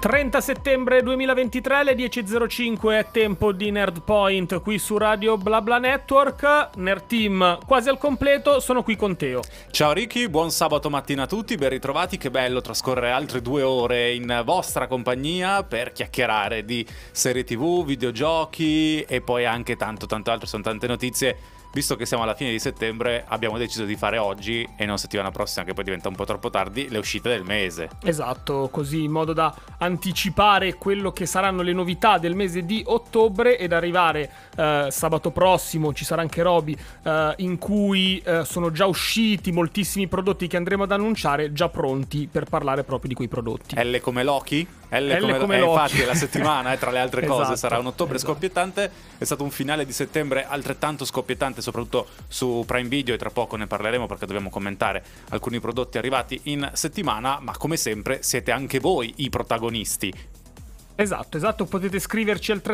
30 settembre 2023 alle 10.05 è tempo di Nerd Point qui su Radio BlaBla Network. Nerd Team quasi al completo, sono qui con Teo. Ciao Ricky, buon sabato mattina a tutti, ben ritrovati, che bello trascorrere altre 2 ore in vostra compagnia per chiacchierare di serie TV, videogiochi e poi anche tanto altro, sono tante notizie. Visto che siamo alla fine di settembre, abbiamo deciso di fare oggi e non settimana prossima, che poi diventa un po' troppo tardi, le uscite del mese. Esatto, così in modo da anticipare quello che saranno le novità del mese di ottobre ed arrivare sabato prossimo, ci sarà anche Roby, in cui sono già usciti moltissimi prodotti che andremo ad annunciare, già pronti per parlare proprio di quei prodotti. L come Loki? L come Loki. Infatti la settimana, tra le altre cose, sarà un ottobre scoppiettante. È stato un finale di settembre altrettanto scoppiettante, soprattutto su Prime Video, e tra poco ne parleremo perché dobbiamo commentare alcuni prodotti arrivati in settimana, ma come sempre siete anche voi i protagonisti. Esatto, potete scriverci al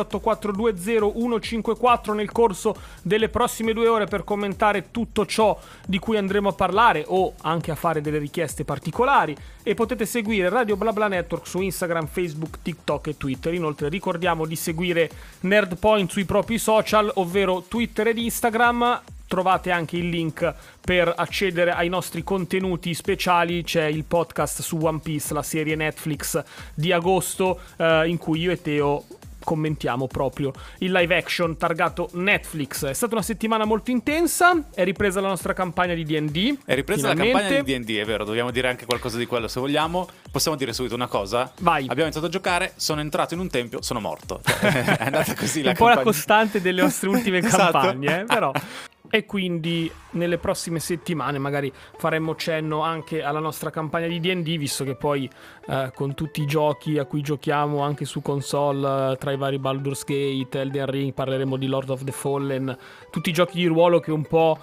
339-8420-154 nel corso delle prossime 2 ore per commentare tutto ciò di cui andremo a parlare o anche a fare delle richieste particolari, e potete seguire Radio BlaBla Network su Instagram, Facebook, TikTok e Twitter. Inoltre ricordiamo di seguire Nerdpoint sui propri social, ovvero Twitter ed Instagram. Trovate anche il link per accedere ai nostri contenuti speciali. C'è il podcast su One Piece, la serie Netflix di agosto, in cui io e Teo commentiamo proprio il live action targato Netflix. È stata una settimana molto intensa, è ripresa la nostra campagna di D&D. È ripresa finalmente la campagna di D&D, è vero, dobbiamo dire anche qualcosa di quello se vogliamo. Possiamo dire subito una cosa? Vai. Abbiamo iniziato a giocare, sono entrato in un tempio, sono morto. È andata così la un campagna. Po' la costante delle nostre ultime Esatto. campagne, però... E quindi nelle prossime settimane magari faremo cenno anche alla nostra campagna di D&D, visto che poi con tutti i giochi a cui giochiamo anche su console, tra i vari Baldur's Gate, Elden Ring, parleremo di Lord of the Fallen, tutti i giochi di ruolo che un po'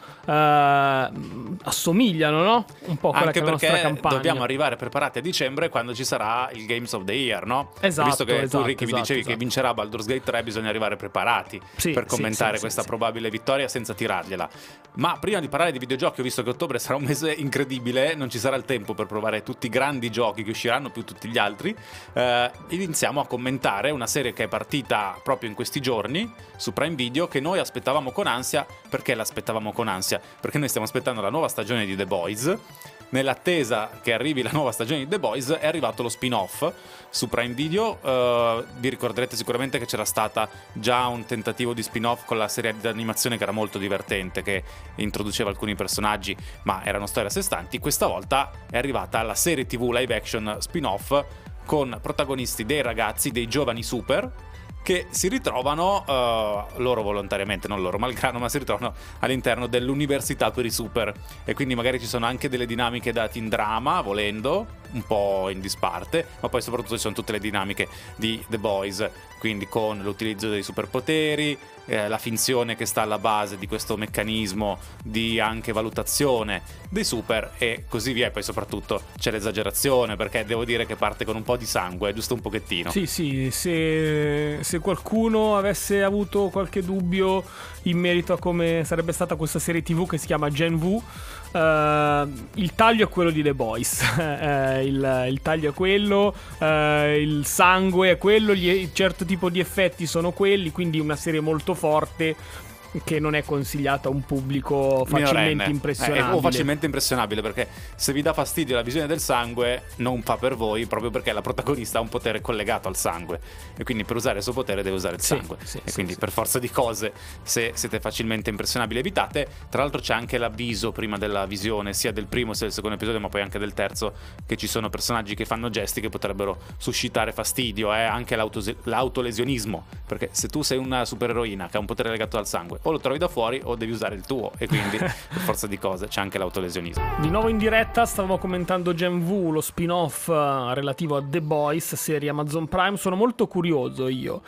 assomigliano, no? Un po' quella anche che è la nostra campagna. Perché dobbiamo arrivare preparati a dicembre, quando ci sarà il Games of the Year, no? Esatto. Visto che tu, Ricky, mi dicevi che vincerà Baldur's Gate 3, bisogna arrivare preparati per commentare questa probabile vittoria senza tirargliela. Ma prima di parlare di videogiochi, ho visto che ottobre sarà un mese incredibile, non ci sarà il tempo per provare tutti i grandi giochi che usciranno, più tutti gli altri. Iniziamo a commentare una serie che è partita proprio in questi giorni su Prime Video, che noi aspettavamo con ansia. Perché l'aspettavamo con ansia? Perché noi stiamo aspettando la nuova stagione di The Boys. Nell'attesa che arrivi la nuova stagione di The Boys è arrivato lo spin-off su Prime Video. Vi ricorderete sicuramente che c'era stata già un tentativo di spin-off con la serie di animazione che era molto divertente, che introduceva alcuni personaggi ma erano storie a sé stanti. Questa volta è arrivata la serie TV live action spin-off con protagonisti dei ragazzi, dei giovani super, che si ritrovano, loro volontariamente, non loro malgrado, ma si ritrovano all'interno dell'università per i super, e quindi magari ci sono anche delle dinamiche da teen drama, volendo, un po' in disparte, ma poi soprattutto ci sono tutte le dinamiche di The Boys, quindi con l'utilizzo dei superpoteri, la finzione che sta alla base di questo meccanismo di anche valutazione dei super e così via. E poi soprattutto c'è l'esagerazione, perché devo dire che parte con un po' di sangue, giusto un pochettino. Sì, se qualcuno avesse avuto qualche dubbio in merito a come sarebbe stata questa serie TV che si chiama Gen V, il taglio è quello di The Boys. Il taglio è quello, il sangue è quello, certo tipo di effetti sono quelli, quindi una serie molto forte che non è consigliata a un pubblico facilmente impressionabile. O facilmente impressionabile, perché se vi dà fastidio la visione del sangue non fa per voi, proprio perché la protagonista ha un potere collegato al sangue e quindi per usare il suo potere deve usare il sangue, e quindi per forza di cose, se siete facilmente impressionabili, evitate. Tra l'altro c'è anche l'avviso prima della visione sia del primo sia del secondo episodio, ma poi anche del terzo, che ci sono personaggi che fanno gesti che potrebbero suscitare fastidio, anche l'autolesionismo, perché se tu sei una supereroina che ha un potere legato al sangue, o lo trovi da fuori o devi usare il tuo, e quindi per forza di cose c'è anche l'autolesionismo. Di nuovo in diretta stavamo commentando Gen V, lo spin-off relativo a The Boys, serie Amazon Prime. Sono molto curioso io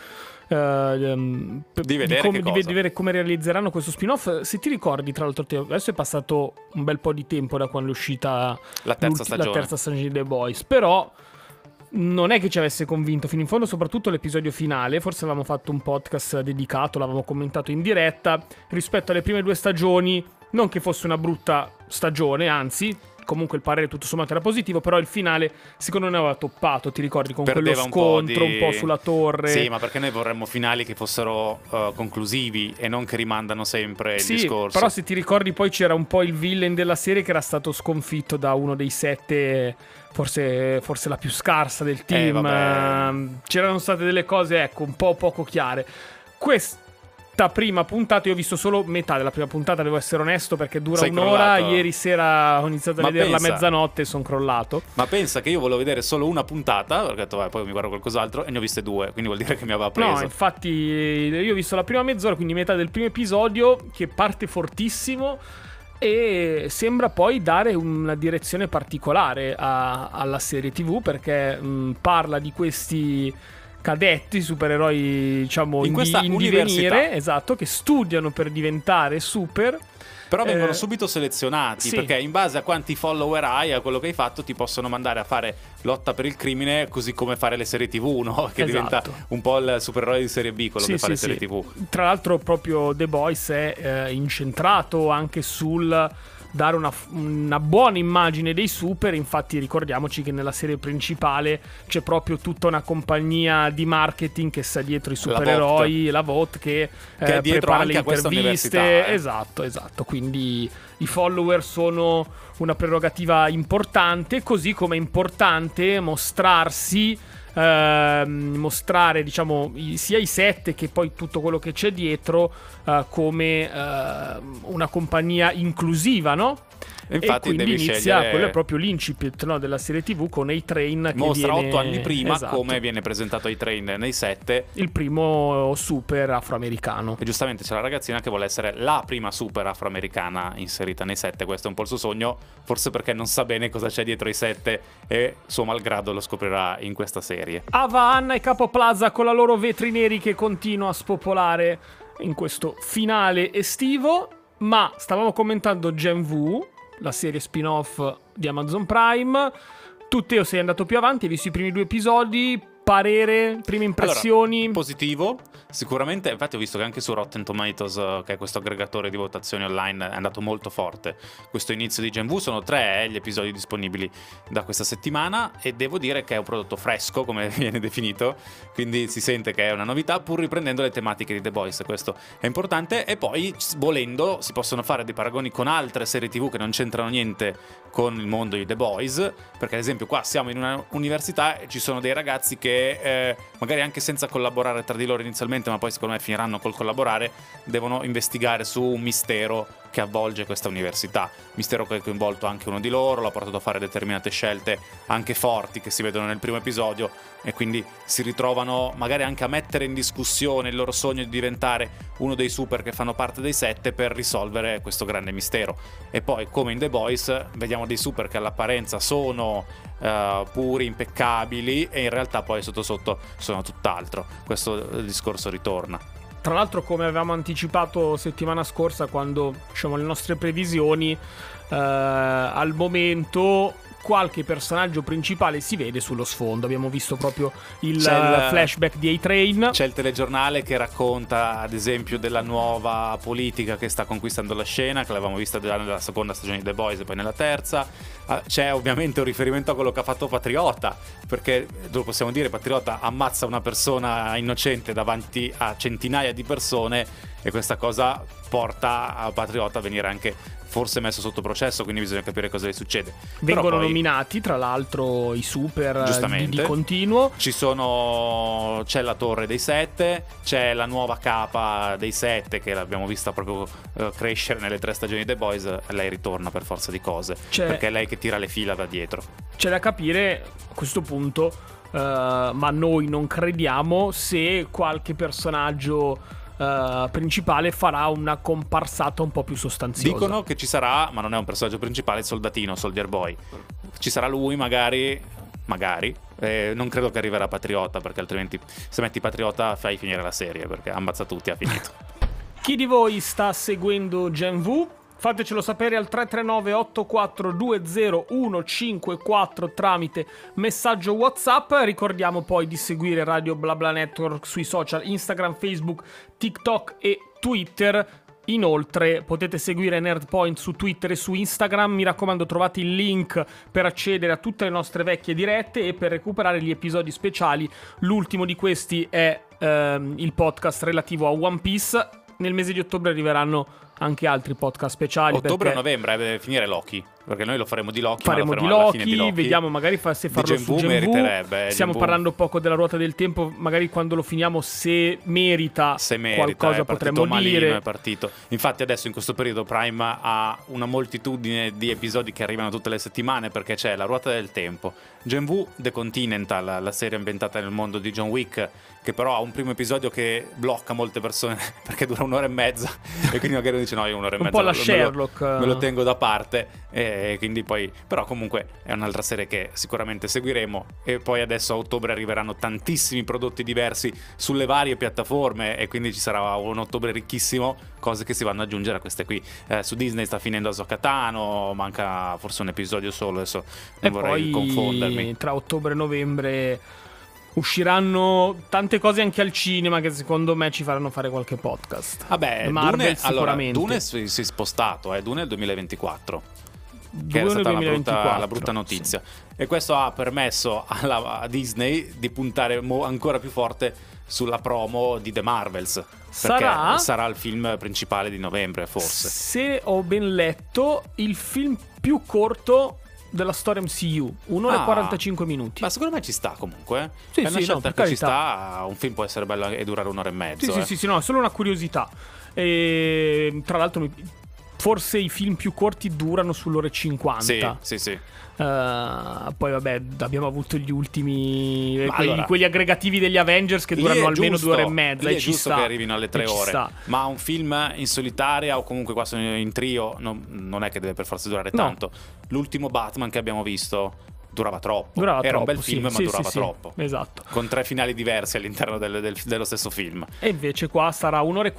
di vedere come realizzeranno questo spin-off. Se ti ricordi, tra l'altro, adesso è passato un bel po' di tempo da quando è uscita la terza stagione di The Boys, però non è che ci avesse convinto fino in fondo, soprattutto l'episodio finale. Forse avevamo fatto un podcast dedicato, l'avevamo commentato in diretta. Rispetto alle prime 2 stagioni, non che fosse una brutta stagione, anzi comunque il parere tutto sommato era positivo, però il finale secondo me aveva toppato, ti ricordi, con perdeva quello scontro un po' sulla torre. Sì, ma perché noi vorremmo finali che fossero conclusivi e non che rimandano sempre il discorso. Però se ti ricordi poi c'era un po' il villain della serie che era stato sconfitto da uno dei 7, forse la più scarsa del team. C'erano state delle cose, ecco, un po' poco chiare. Questa prima puntata, io ho visto solo metà della prima puntata, devo essere onesto, perché dura un'ora. Ieri sera ho iniziato a vederla a mezzanotte e sono crollato. Ma pensa che io volevo vedere solo una puntata, perché ho detto vai, poi mi guardo qualcos'altro, e ne ho viste 2, quindi vuol dire che mi aveva preso. No, infatti io ho visto la prima mezz'ora, quindi metà del primo episodio, che parte fortissimo e sembra poi dare una direzione particolare alla serie TV, perché parla di questi cadetti, supereroi, diciamo, in questa in divenire, esatto, che studiano per diventare super. Però vengono subito selezionati, perché in base a quanti follower hai, a quello che hai fatto, ti possono mandare a fare lotta per il crimine, così come fare le serie TV, no? Che diventa un po' il supereroe di serie B, quello che fa le serie TV. Tra l'altro proprio The Boys è incentrato anche sul dare una buona immagine dei super. Infatti ricordiamoci che nella serie principale c'è proprio tutta una compagnia di marketing che sta dietro i supereroi, la VOT, che è dietro prepara anche le a questa interviste. università. Esatto, quindi i follower sono una prerogativa importante, così come è importante mostrare, diciamo, sia i 7 che poi tutto quello che c'è dietro, come una compagnia inclusiva, no? Infatti e quindi devi inizia scegliere... quello è proprio l'incipit, no, della serie TV, con A-Train che mostra viene... 8 anni prima esatto, come viene presentato A-Train nei 7, il primo super afroamericano. e giustamente c'è la ragazzina che vuole essere la prima super afroamericana inserita nei 7. Questo è un po' il suo sogno, forse perché non sa bene cosa c'è dietro i 7 e suo malgrado lo scoprirà in questa serie. Ava, Anna e Capo Plaza con la loro vetri neri che continua a spopolare in questo finale estivo. Ma stavamo commentando Gen V, la serie spin-off di Amazon Prime. Tu, Teo, sei andato più avanti, hai visto i primi 2 episodi. Parere, prime impressioni? Allora, positivo, sicuramente. Infatti ho visto che anche su Rotten Tomatoes, che è questo aggregatore di votazioni online, è andato molto forte questo inizio di Gen V. Sono 3 gli episodi disponibili da questa settimana, e devo dire che è un prodotto fresco, come viene definito, quindi si sente che è una novità, pur riprendendo le tematiche di The Boys. Questo è importante. E poi, volendo, si possono fare dei paragoni con altre serie TV che non c'entrano niente con il mondo di The Boys, perché ad esempio qua siamo in una università e ci sono dei ragazzi che magari anche senza collaborare tra di loro inizialmente, ma poi secondo me finiranno col collaborare, devono investigare su un mistero che avvolge questa università, mistero che ha coinvolto anche uno di loro, l'ha portato a fare determinate scelte anche forti che si vedono nel primo episodio, e quindi si ritrovano magari anche a mettere in discussione il loro sogno di diventare uno dei super che fanno parte dei 7 per risolvere questo grande mistero. E poi, come in The Boys, vediamo dei super che all'apparenza sono puri, impeccabili, e in realtà poi sotto sotto sono tutt'altro. Questo discorso ritorna. Tra l'altro, come avevamo anticipato settimana scorsa, quando diciamo le nostre previsioni, al momento qualche personaggio principale si vede sullo sfondo. Abbiamo visto proprio il flashback di A-Train. C'è il telegiornale che racconta, ad esempio, della nuova politica che sta conquistando la scena, che l'avevamo vista già nella seconda stagione di The Boys e poi nella terza. C'è ovviamente un riferimento a quello che ha fatto Patriota, perché lo possiamo dire, Patriota ammazza una persona innocente davanti a centinaia di persone, e questa cosa porta a Patriota a venire anche forse messo sotto processo, quindi bisogna capire cosa gli succede. Vengono poi nominati, tra l'altro, i super di continuo. C'è la torre dei 7, c'è la nuova capa dei 7 che l'abbiamo vista proprio crescere nelle 3 stagioni di The Boys. Lei ritorna per forza di cose, perché è lei che tira le fila da dietro. C'è da capire a questo punto, ma noi non crediamo, se qualche personaggio principale farà una comparsata un po' più sostanziosa. Dicono che ci sarà, ma non è un personaggio principale, il soldatino, Soldier Boy. Ci sarà lui, magari. Non credo che arriverà Patriota, perché altrimenti se metti Patriota fai finire la serie, perché ammazza tutti, ha finito. Chi di voi sta seguendo Gen V? Fatecelo sapere al 339 8420 154 tramite messaggio WhatsApp. Ricordiamo poi di seguire Radio BlaBla Network sui social Instagram, Facebook, TikTok e Twitter. Inoltre potete seguire Nerdpoint su Twitter e su Instagram. Mi raccomando, trovate il link per accedere a tutte le nostre vecchie dirette e per recuperare gli episodi speciali. L'ultimo di questi è il podcast relativo a One Piece. Nel mese di ottobre arriveranno anche altri podcast speciali. Ottobre o novembre deve finire Loki, perché noi lo faremo di Loki. Faremo di Loki, vediamo magari se farlo su Gen-V. Stiamo parlando poco della ruota del tempo, magari quando lo finiamo, se merita qualcosa potremmo dire. È partito. Infatti adesso in questo periodo Prime ha una moltitudine di episodi che arrivano tutte le settimane, perché c'è la ruota del tempo, Gen-V, The Continental, la serie ambientata nel mondo di John Wick, che però ha un primo episodio che blocca molte persone perché dura 1 ora e mezza e quindi magari uno dice no, io 1 ora e mezza un po' la Sherlock, me lo tengo da parte, e quindi poi però comunque è un'altra serie che sicuramente seguiremo. E poi adesso a ottobre arriveranno tantissimi prodotti diversi sulle varie piattaforme e quindi ci sarà un ottobre ricchissimo, cose che si vanno ad aggiungere a queste qui. Su Disney sta finendo Ahsoka Tano, manca forse un episodio solo, adesso non vorrei confondermi. Tra ottobre e novembre usciranno tante cose anche al cinema che secondo me ci faranno fare qualche podcast. Vabbè, Marvel sicuramente. Dune si è spostato, Dune è il 2024. Dune che è stata 2024, la brutta notizia. Sì. E questo ha permesso a Disney di puntare ancora più forte sulla promo di The Marvels. Perché sarà il film principale di novembre, forse. Se ho ben letto, il film più corto della storia MCU, 1 ora e 45 minuti. Ma secondo me ci sta comunque. Sì, è una scelta che ci carità. sta. Un film può essere bello e durare 1 ora e mezzo. Sì, no, è solo una curiosità. E tra l'altro forse i film più corti durano sull'ora e 50. Sì. Poi vabbè, abbiamo avuto gli ultimi quegli aggregativi degli Avengers che durano almeno 2 ore e mezza. È giusto che arrivino alle 3 ore. Ma un film in solitaria o comunque qua sono in trio non è che deve per forza durare tanto. L'ultimo Batman che abbiamo visto durava troppo. Era un bel film, ma durava troppo. Esatto. Con 3 finali diversi all'interno dello stesso film. E invece qua sarà 1 ora e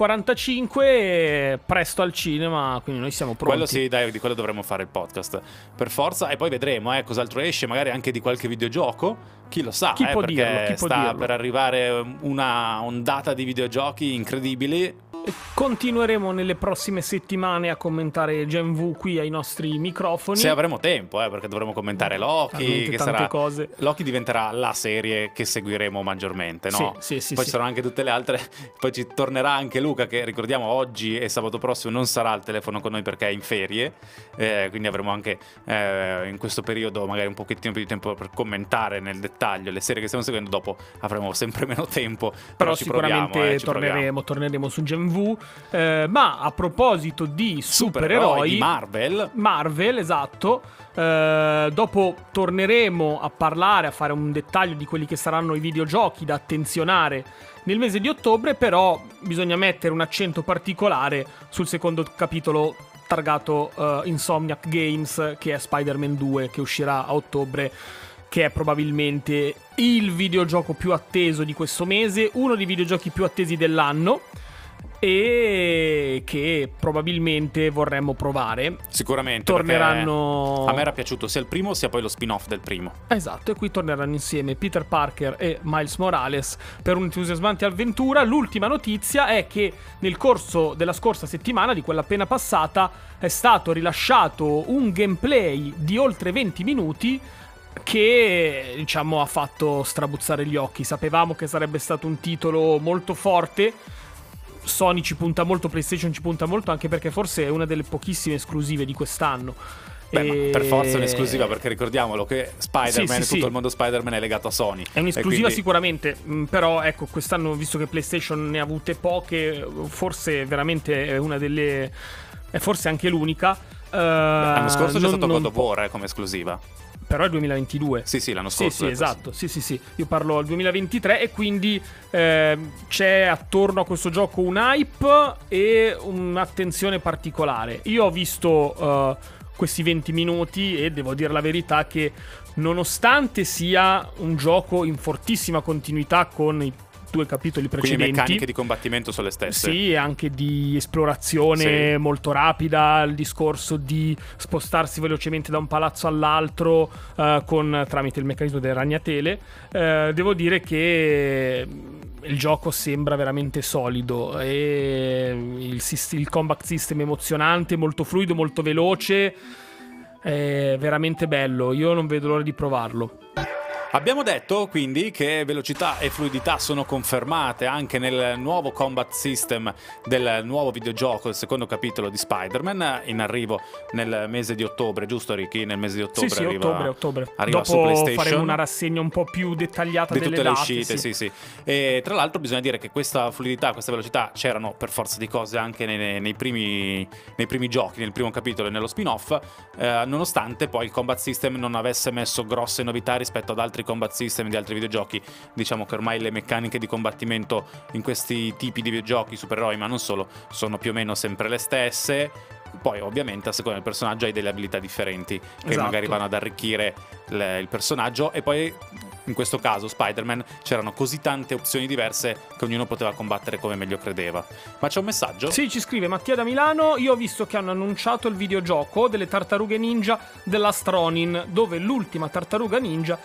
45, presto al cinema, quindi noi siamo pronti. Quello sì, dai, di quello dovremo fare il podcast per forza. E poi vedremo cos'altro esce, magari anche di qualche videogioco. Chi lo sa, perché sta per arrivare una ondata di videogiochi incredibili. Continueremo nelle prossime settimane a commentare Gen-V qui ai nostri microfoni. Se avremo tempo, perché dovremo commentare Loki, che sarà cose. Loki diventerà la serie che seguiremo maggiormente, no? Sì. Poi ci saranno anche tutte le altre. Poi ci tornerà anche Luca, che ricordiamo oggi e sabato prossimo non sarà al telefono con noi perché è in ferie, quindi avremo anche in questo periodo magari un pochettino più di tempo per commentare nel dettaglio le serie che stiamo seguendo. Dopo avremo sempre meno tempo, però sicuramente torneremo su Gen-V. Ma a proposito di supereroi di Marvel, esatto, dopo torneremo a parlare, a fare un dettaglio di quelli che saranno i videogiochi da attenzionare nel mese di ottobre. Però bisogna mettere un accento particolare sul secondo capitolo targato Insomniac Games, che è Spider-Man 2, che uscirà a ottobre, che è probabilmente il videogioco più atteso di questo mese, uno dei videogiochi più attesi dell'anno, e che probabilmente vorremmo provare. Sicuramente torneranno. A me era piaciuto sia il primo sia poi lo spin-off del primo. Esatto, e qui torneranno insieme Peter Parker e Miles Morales per un'entusiasmante avventura. L'ultima notizia è che nel corso della scorsa settimana, di quella appena passata, è stato rilasciato un gameplay di oltre 20 minuti che, diciamo, ha fatto strabuzzare gli occhi. Sapevamo che sarebbe stato un titolo molto forte. Sony ci punta molto, PlayStation ci punta molto, anche perché forse è una delle pochissime esclusive di quest'anno. Ma per forza è un'esclusiva, perché ricordiamolo che Spider-Man, tutto il mondo Spider-Man è legato a Sony. È un'esclusiva sicuramente, però ecco, quest'anno, visto che PlayStation ne ha avute poche, forse veramente è una delle... è forse anche l'unica. L'anno scorso c'è stato God of War come esclusiva. Però è 2022. Sì, l'anno scorso. Sì, esatto. Sì. Io parlo al 2023 e quindi c'è attorno a questo gioco un hype e un'attenzione particolare. Io ho visto questi 20 minuti e devo dire la verità che, nonostante sia un gioco in fortissima continuità con i 2 capitoli precedenti, quindi le meccaniche di combattimento sono le stesse. Sì, anche di esplorazione molto rapida, il discorso di spostarsi velocemente da un palazzo all'altro tramite il meccanismo delle ragnatele. Devo dire che il gioco sembra veramente solido e il combat system emozionante, molto fluido, molto veloce, è veramente bello. Io non vedo l'ora di provarlo. Abbiamo detto quindi che velocità e fluidità sono confermate anche nel nuovo combat system del nuovo videogioco, il secondo capitolo di Spider-Man, in arrivo nel mese di ottobre, giusto Ricky? Nel mese di ottobre sì, ottobre. Arriva dopo su PlayStation. Faremo una rassegna un po' più dettagliata di delle tutte date, le uscite, sì. E tra l'altro bisogna dire che questa fluidità, questa velocità c'erano per forza di cose anche nei primi giochi, nel primo capitolo e nello spin-off, nonostante poi il combat system non avesse messo grosse novità rispetto ad altri combat system di altri videogiochi. Diciamo che ormai le meccaniche di combattimento in questi tipi di videogiochi, supereroi ma non solo, sono più o meno sempre le stesse. Poi ovviamente a seconda del personaggio hai delle abilità differenti che magari vanno ad arricchire il personaggio, e poi in questo caso Spider-Man c'erano così tante opzioni diverse che ognuno poteva combattere come meglio credeva. Ma c'è un messaggio? Sì, ci scrive Mattia da Milano: io ho visto che hanno annunciato il videogioco delle tartarughe ninja dell'Astronin, dove l'ultima tartaruga ninja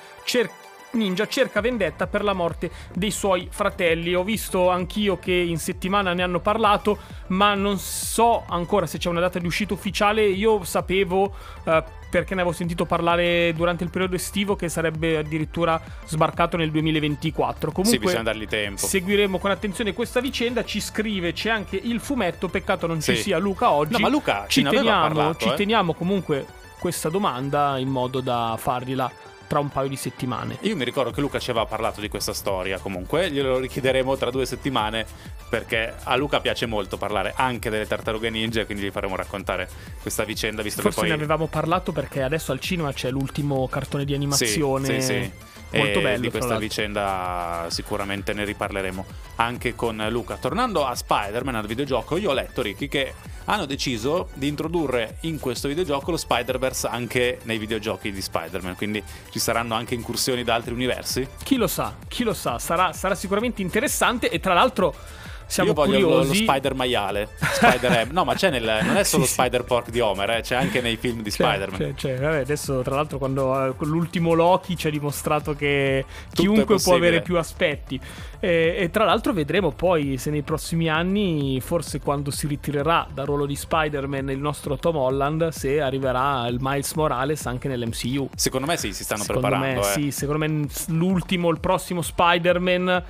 cerca vendetta per la morte dei suoi fratelli. Ho visto anch'io che in settimana ne hanno parlato, ma non so ancora se c'è una data di uscita ufficiale. Io sapevo, perché ne avevo sentito parlare durante il periodo estivo, che sarebbe addirittura sbarcato nel 2024. Comunque sì, bisogna dargli tempo. Seguiremo con attenzione questa vicenda. Ci scrive: c'è anche il fumetto, peccato non ci sia Luca oggi. No, ma Luca ci teniamo comunque questa domanda in modo da fargliela tra un paio di settimane. Io mi ricordo che Luca ci aveva parlato di questa storia, comunque glielo richiederemo tra 2 settimane, perché a Luca piace molto parlare anche delle tartarughe ninja, quindi gli faremo raccontare questa vicenda, visto forse che poi ne avevamo parlato, perché adesso al cinema c'è l'ultimo cartone di animazione. Sì. Molto bello. Di questa vicenda sicuramente ne riparleremo anche con Luca. Tornando a Spider-Man, al videogioco, io ho letto, Ricky, che hanno deciso di introdurre in questo videogioco lo Spider-Verse anche nei videogiochi di Spider-Man, quindi ci saranno anche incursioni da altri universi? Chi lo sa, sarà sicuramente interessante. E tra l'altro siamo curiosi. Io voglio lo Spider maiale, no, ma c'è non è solo Spider Pork di Homer, c'è anche nei film di Spider-Man. Vabbè, adesso tra l'altro quando l'ultimo Loki ci ha dimostrato che chiunque può avere più aspetti, e tra l'altro vedremo poi se nei prossimi anni, forse quando si ritirerà dal ruolo di Spider-Man il nostro Tom Holland, se arriverà il Miles Morales anche nell'MCU. Secondo me sì, si stanno preparando. Secondo me il prossimo Spider-Man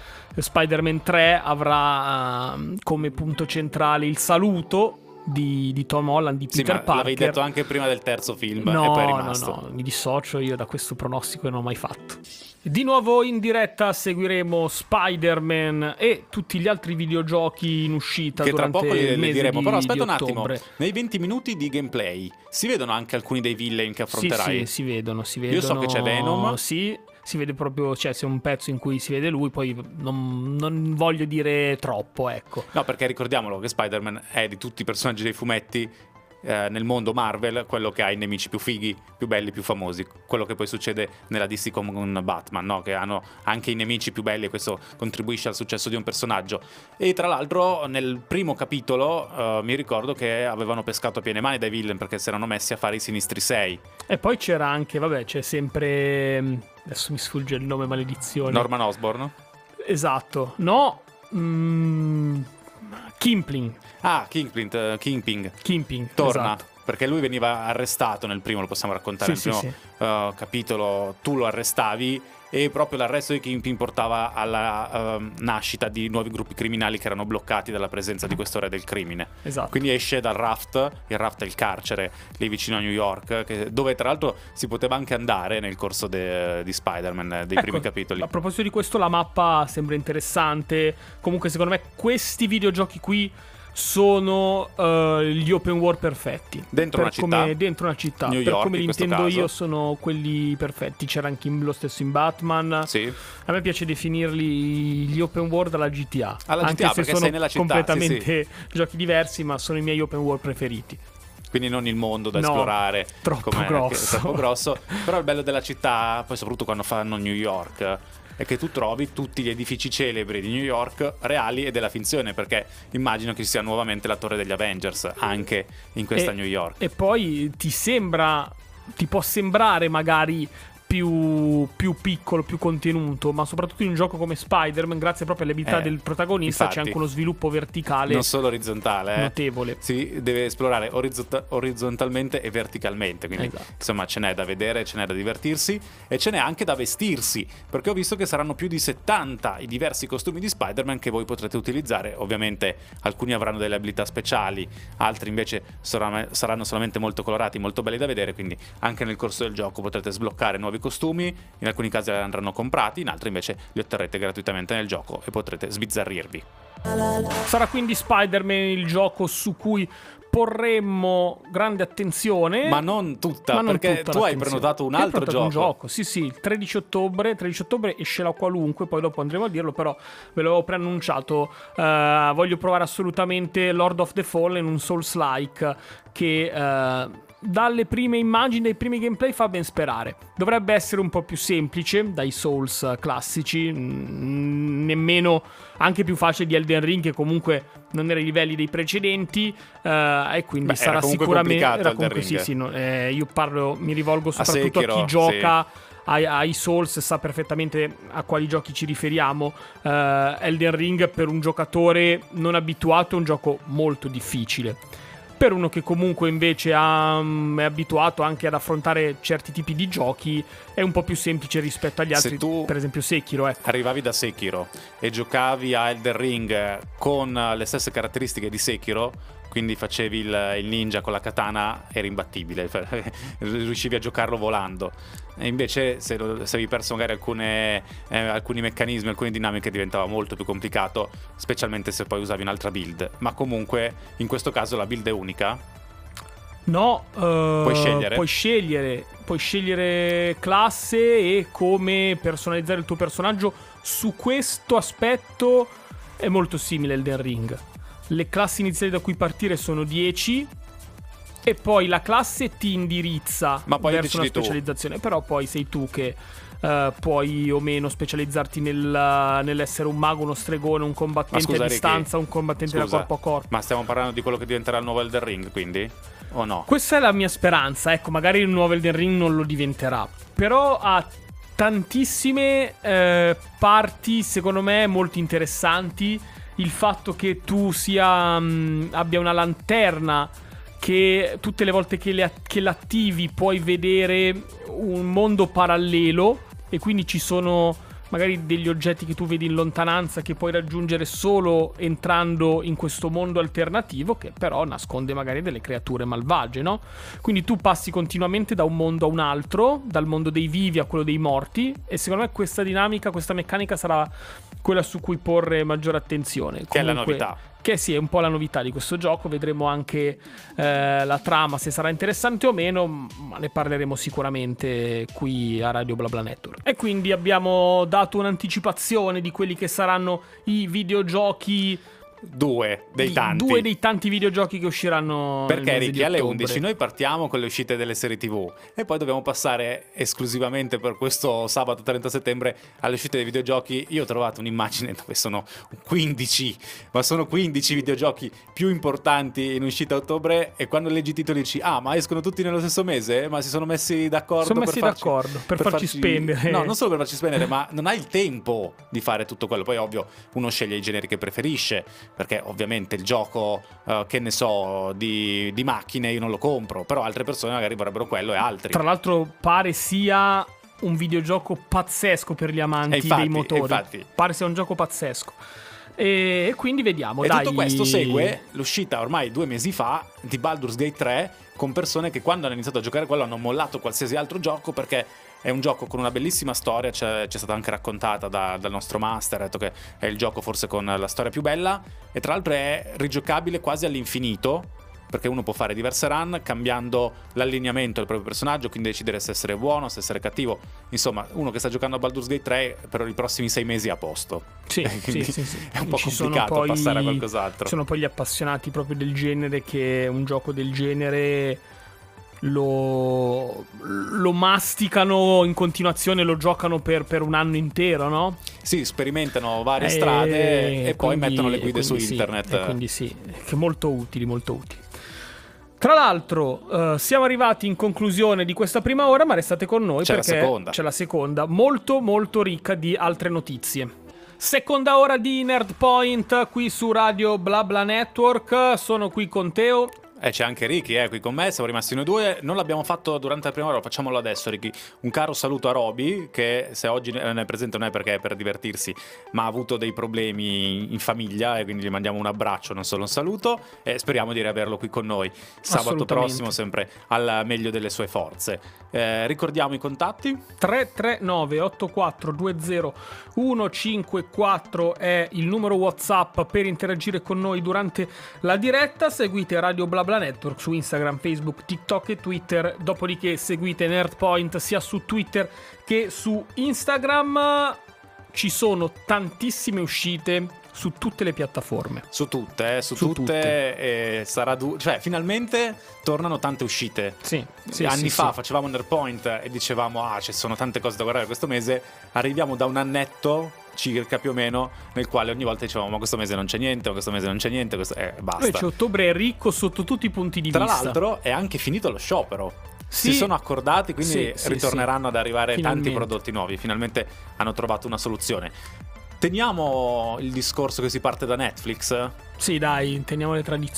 3 avrà come punto centrale il saluto di Tom Holland, di Peter Parker. L'avevi detto anche prima del terzo film, e poi è rimasto. No, mi dissocio io da questo pronostico che non ho mai fatto. Di nuovo in diretta seguiremo Spider-Man e tutti gli altri videogiochi in uscita che durante tra poco il mese diremo. Però aspetta un attimo, nei 20 minuti di gameplay si vedono anche alcuni dei villain che affronterai? Sì, si vedono. Io so che c'è Venom. Sì, si vede proprio, c'è un pezzo in cui si vede lui, poi non voglio dire troppo, ecco. No, perché ricordiamolo che Spider-Man è di tutti i personaggi dei fumetti nel mondo Marvel quello che ha i nemici più fighi, più belli, più famosi, quello che poi succede nella DC con Batman, no? Che hanno anche i nemici più belli, e questo contribuisce al successo di un personaggio. E tra l'altro nel primo capitolo mi ricordo che avevano pescato a piene mani dai villain, perché si erano messi a fare i Sinistri 6. E poi c'era anche, c'è sempre, adesso mi sfugge il nome, maledizione, Norman Osborn? Esatto, no, Kingpin. Kingpin torna, esatto. Perché lui veniva arrestato nel primo, lo possiamo raccontare, nel primo capitolo tu lo arrestavi, e proprio l'arresto di Kingpin portava alla nascita di nuovi gruppi criminali che erano bloccati dalla presenza di questo re del crimine. Esatto. Quindi esce dal Raft. Il Raft è il carcere lì vicino a New York, dove tra l'altro si poteva anche andare nel corso di Spider-Man, dei primi capitoli. A proposito di questo, la mappa sembra interessante. Comunque secondo me questi videogiochi qui sono gli open world perfetti dentro una città. New per York, come li intendo caso. Io sono quelli perfetti. C'era anche lo stesso in Batman. Sì. A me piace definirli gli open world alla GTA, anche se perché sono sei nella città, completamente giochi diversi, ma sono i miei open world preferiti. Quindi non il mondo da esplorare troppo grosso. Però il bello della città, poi soprattutto quando fanno New York, è che tu trovi tutti gli edifici celebri di New York reali e della finzione, perché immagino che ci sia nuovamente la torre degli Avengers anche in questa New York. E poi ti può sembrare magari più piccolo, più contenuto, ma soprattutto in un gioco come Spider-Man, grazie proprio alle abilità del protagonista, infatti, c'è anche uno sviluppo verticale, non solo orizzontale, notevole. Si deve esplorare orizzontalmente e verticalmente, quindi esatto. Insomma ce n'è da vedere, ce n'è da divertirsi e ce n'è anche da vestirsi, perché ho visto che saranno più di 70 i diversi costumi di Spider-Man che voi potrete utilizzare. Ovviamente alcuni avranno delle abilità speciali, altri invece saranno solamente molto colorati, molto belli da vedere, quindi anche nel corso del gioco potrete sbloccare nuovi costumi, in alcuni casi andranno comprati, in altri invece li otterrete gratuitamente nel gioco e potrete sbizzarrirvi. Sarà quindi Spider-Man il gioco su cui porremmo grande attenzione, ma non tutta, perché tu hai prenotato un altro gioco. Sì, il 13 ottobre esce la qualunque, poi dopo andremo a dirlo, però ve l'avevo preannunciato. Voglio provare assolutamente Lord of the Fallen, un Souls-like che dalle prime immagini, dai primi gameplay fa ben sperare. Dovrebbe essere un po' più semplice dai Souls classici, nemmeno anche più facile di Elden Ring, che comunque non era ai livelli dei precedenti, e quindi sarà sicuramente io mi rivolgo soprattutto a chi gioca ai Souls e sa perfettamente a quali giochi ci riferiamo. Elden Ring per un giocatore non abituato è un gioco molto difficile. Per uno che comunque invece è abituato anche ad affrontare certi tipi di giochi, è un po' più semplice rispetto agli altri. Se tu, per esempio Sekiro, arrivavi da Sekiro e giocavi a Elden Ring con le stesse caratteristiche di Sekiro, quindi facevi il ninja con la katana, eri imbattibile, riuscivi a giocarlo volando. E invece se avevi perso magari alcuni meccanismi, alcune dinamiche, diventava molto più complicato, specialmente se poi usavi un'altra build. Ma comunque in questo caso la build è unica? No, puoi scegliere classe e come personalizzare il tuo personaggio. Su questo aspetto è molto simile al Elden Ring. Le classi iniziali da cui partire sono 10 e poi la classe ti indirizza verso una specializzazione, però poi sei tu che puoi o meno specializzarti nell'essere un mago, uno stregone, un combattente a distanza, un combattente da corpo a corpo. Ma stiamo parlando di quello che diventerà il nuovo Elden Ring, quindi? O no? Questa è la mia speranza, ecco, magari il nuovo Elden Ring non lo diventerà, però ha tantissime parti secondo me molto interessanti. Il fatto che tu abbia una lanterna che tutte le volte che l'attivi puoi vedere un mondo parallelo, e quindi ci sono magari degli oggetti che tu vedi in lontananza che puoi raggiungere solo entrando in questo mondo alternativo, che però nasconde magari delle creature malvagie, no? Quindi tu passi continuamente da un mondo a un altro, dal mondo dei vivi a quello dei morti, e secondo me questa dinamica, questa meccanica sarà quella su cui porre maggiore attenzione. Che è la novità. Che sì, è un po' la novità di questo gioco. Vedremo anche la trama, se sarà interessante o meno, ma ne parleremo sicuramente qui a Radio BlaBla Network. E quindi abbiamo dato un'anticipazione di quelli che saranno i videogiochi. Due dei tanti videogiochi che usciranno. Perché Ricky, alle 11 noi partiamo con le uscite delle serie TV e poi dobbiamo passare esclusivamente per questo sabato 30 settembre alle uscite dei videogiochi. Io ho trovato un'immagine dove sono 15 videogiochi più importanti in uscita a ottobre, e quando leggi i titoli dici ma escono tutti nello stesso mese? Ma si sono messi d'accordo per farci spendere. No, non solo per farci spendere, ma non hai il tempo di fare tutto quello. Poi ovvio uno sceglie i generi che preferisce, perché ovviamente il gioco che ne so di macchine io non lo compro, però altre persone magari vorrebbero quello e altri. Tra l'altro pare sia un videogioco pazzesco per gli amanti dei motori. Pare sia un gioco pazzesco. E quindi vediamo. E tutto questo segue l'uscita ormai 2 mesi fa di Baldur's Gate 3, con persone che quando hanno iniziato a giocare quello hanno mollato qualsiasi altro gioco, perché è un gioco con una bellissima storia, c'è stata anche raccontata dal nostro master, ha detto che è il gioco forse con la storia più bella, e tra l'altro è rigiocabile quasi all'infinito, perché uno può fare diverse run cambiando l'allineamento del proprio personaggio, quindi decidere se essere buono, se essere cattivo. Insomma, uno che sta giocando a Baldur's Gate 3 per i prossimi 6 mesi è a posto. Sì. È un po' complicato passare a qualcos'altro. Ci sono poi gli appassionati proprio del genere, che un gioco del genere lo masticano in continuazione, lo giocano per un anno intero, no? Sì, sperimentano varie strade e poi mettono le guide su internet. Quindi sì, che molto utili. Tra l'altro siamo arrivati in conclusione di questa prima ora, ma restate con noi perché c'è la seconda, molto molto ricca di altre notizie. Seconda ora di Nerd Point qui su Radio BlaBla Network. Sono qui con Teo. C'è anche Ricky qui con me, siamo rimasti noi due. Non l'abbiamo fatto durante la prima ora, facciamolo adesso, Ricky. Un caro saluto a Roby, che se oggi non è presente non è perché è per divertirsi, ma ha avuto dei problemi in famiglia e quindi gli mandiamo un abbraccio, non solo un saluto, e speriamo di riaverlo qui con noi sabato prossimo, sempre al meglio delle sue forze. Ricordiamo i contatti: 339 8420 154 è il numero WhatsApp per interagire con noi durante la diretta. Seguite Radio BlaBla Network su Instagram, Facebook, TikTok e Twitter. Dopodiché seguite Nerdpoint sia su Twitter che su Instagram. Ci sono tantissime uscite su tutte le piattaforme. Su tutte. Sarà cioè finalmente tornano tante uscite. Sì, anni fa facevamo Nerdpoint e dicevamo ci sono tante cose da guardare questo mese. Arriviamo da un annetto circa più o meno, nel quale ogni volta dicevamo ma questo mese non c'è niente, basta. Basta. Invece ottobre è ricco sotto tutti i punti di vista. Tra l'altro è anche finito lo sciopero. Si sono accordati, quindi ritorneranno ad arrivare tanti prodotti nuovi. Finalmente hanno trovato una soluzione. Teniamo il discorso che si parte da Netflix? Sì, dai, manteniamo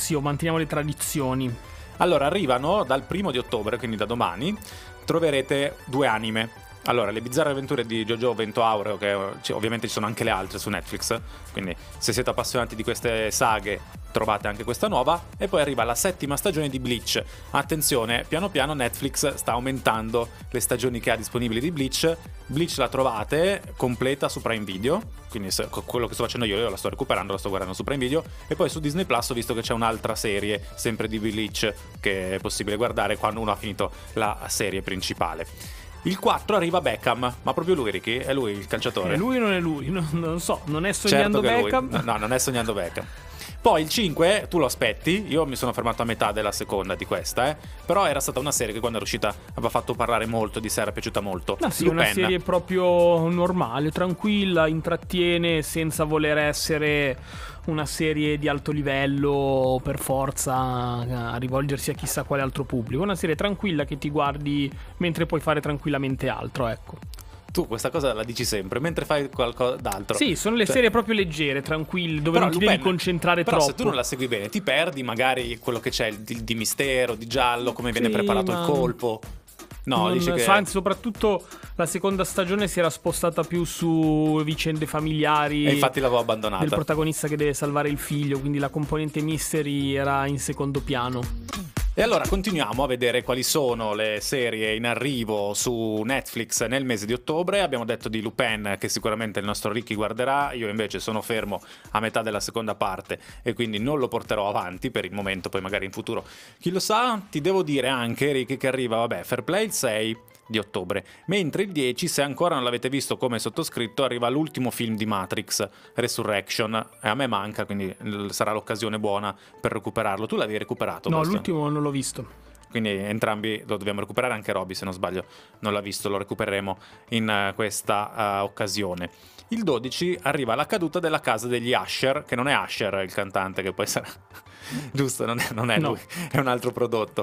le tradizioni. Allora, arrivano dal 1 di ottobre, quindi da domani, troverete 2 anime. Allora, Le bizzarre avventure di Jojo Vento Aureo, che ovviamente ci sono anche le altre su Netflix, quindi se siete appassionati di queste saghe trovate anche questa nuova. E poi arriva la 7ª stagione di Bleach. Attenzione, piano piano Netflix sta aumentando le stagioni che ha disponibili di Bleach. Bleach la trovate completa su Prime Video, quindi quello che sto facendo io la sto recuperando, la sto guardando su Prime Video. E poi su Disney Plus ho visto che c'è un'altra serie sempre di Bleach che è possibile guardare quando uno ha finito la serie principale. Il 4 arriva Beckham, ma proprio lui, Ricky? È lui il calciatore? È lui o non è lui? Non so, non è Sognando Beckham? No, non è Sognando Beckham. Poi il 5 tu lo aspetti, io mi sono fermato a metà della seconda di questa, però era stata una serie che quando è uscita aveva fatto parlare molto di sé, era piaciuta molto. Sì, Lupin. Una serie proprio normale, tranquilla, intrattiene senza voler essere una serie di alto livello per forza a rivolgersi a chissà quale altro pubblico. Una serie tranquilla che ti guardi mentre puoi fare tranquillamente altro, ecco. Tu questa cosa la dici sempre, mentre fai qualcosa d'altro. Sì, sono le serie proprio leggere, tranquille, dove non ti devi concentrare troppo. Però se tu non la segui bene, ti perdi magari quello che c'è di mistero, di giallo, come viene preparato il colpo. No, dici che... Anzi, soprattutto la seconda stagione si era spostata più su vicende familiari. E infatti l'avevo abbandonata. Del protagonista che deve salvare il figlio, quindi la componente mystery era in secondo piano. E allora continuiamo a vedere quali sono le serie in arrivo su Netflix nel mese di ottobre. Abbiamo detto di Lupin, che sicuramente il nostro Ricky guarderà. Io invece sono fermo a metà della seconda parte e quindi non lo porterò avanti per il momento, poi magari in futuro chi lo sa. Ti devo dire anche, Ricky, che arriva Fair Play il 6 di ottobre, mentre il 10, se ancora non l'avete visto come sottoscritto, arriva l'ultimo film di Matrix, Resurrection, e a me manca, quindi sarà l'occasione buona per recuperarlo. Tu l'avevi recuperato? No, l'ultimo non l'ho visto. Quindi entrambi lo dobbiamo recuperare, anche Roby, se non sbaglio, non l'ha visto, lo recupereremo in questa occasione. Il 12 arriva La caduta della casa degli Usher, che non è Usher il cantante, che poi sarà... Giusto, non è lui, è un altro prodotto.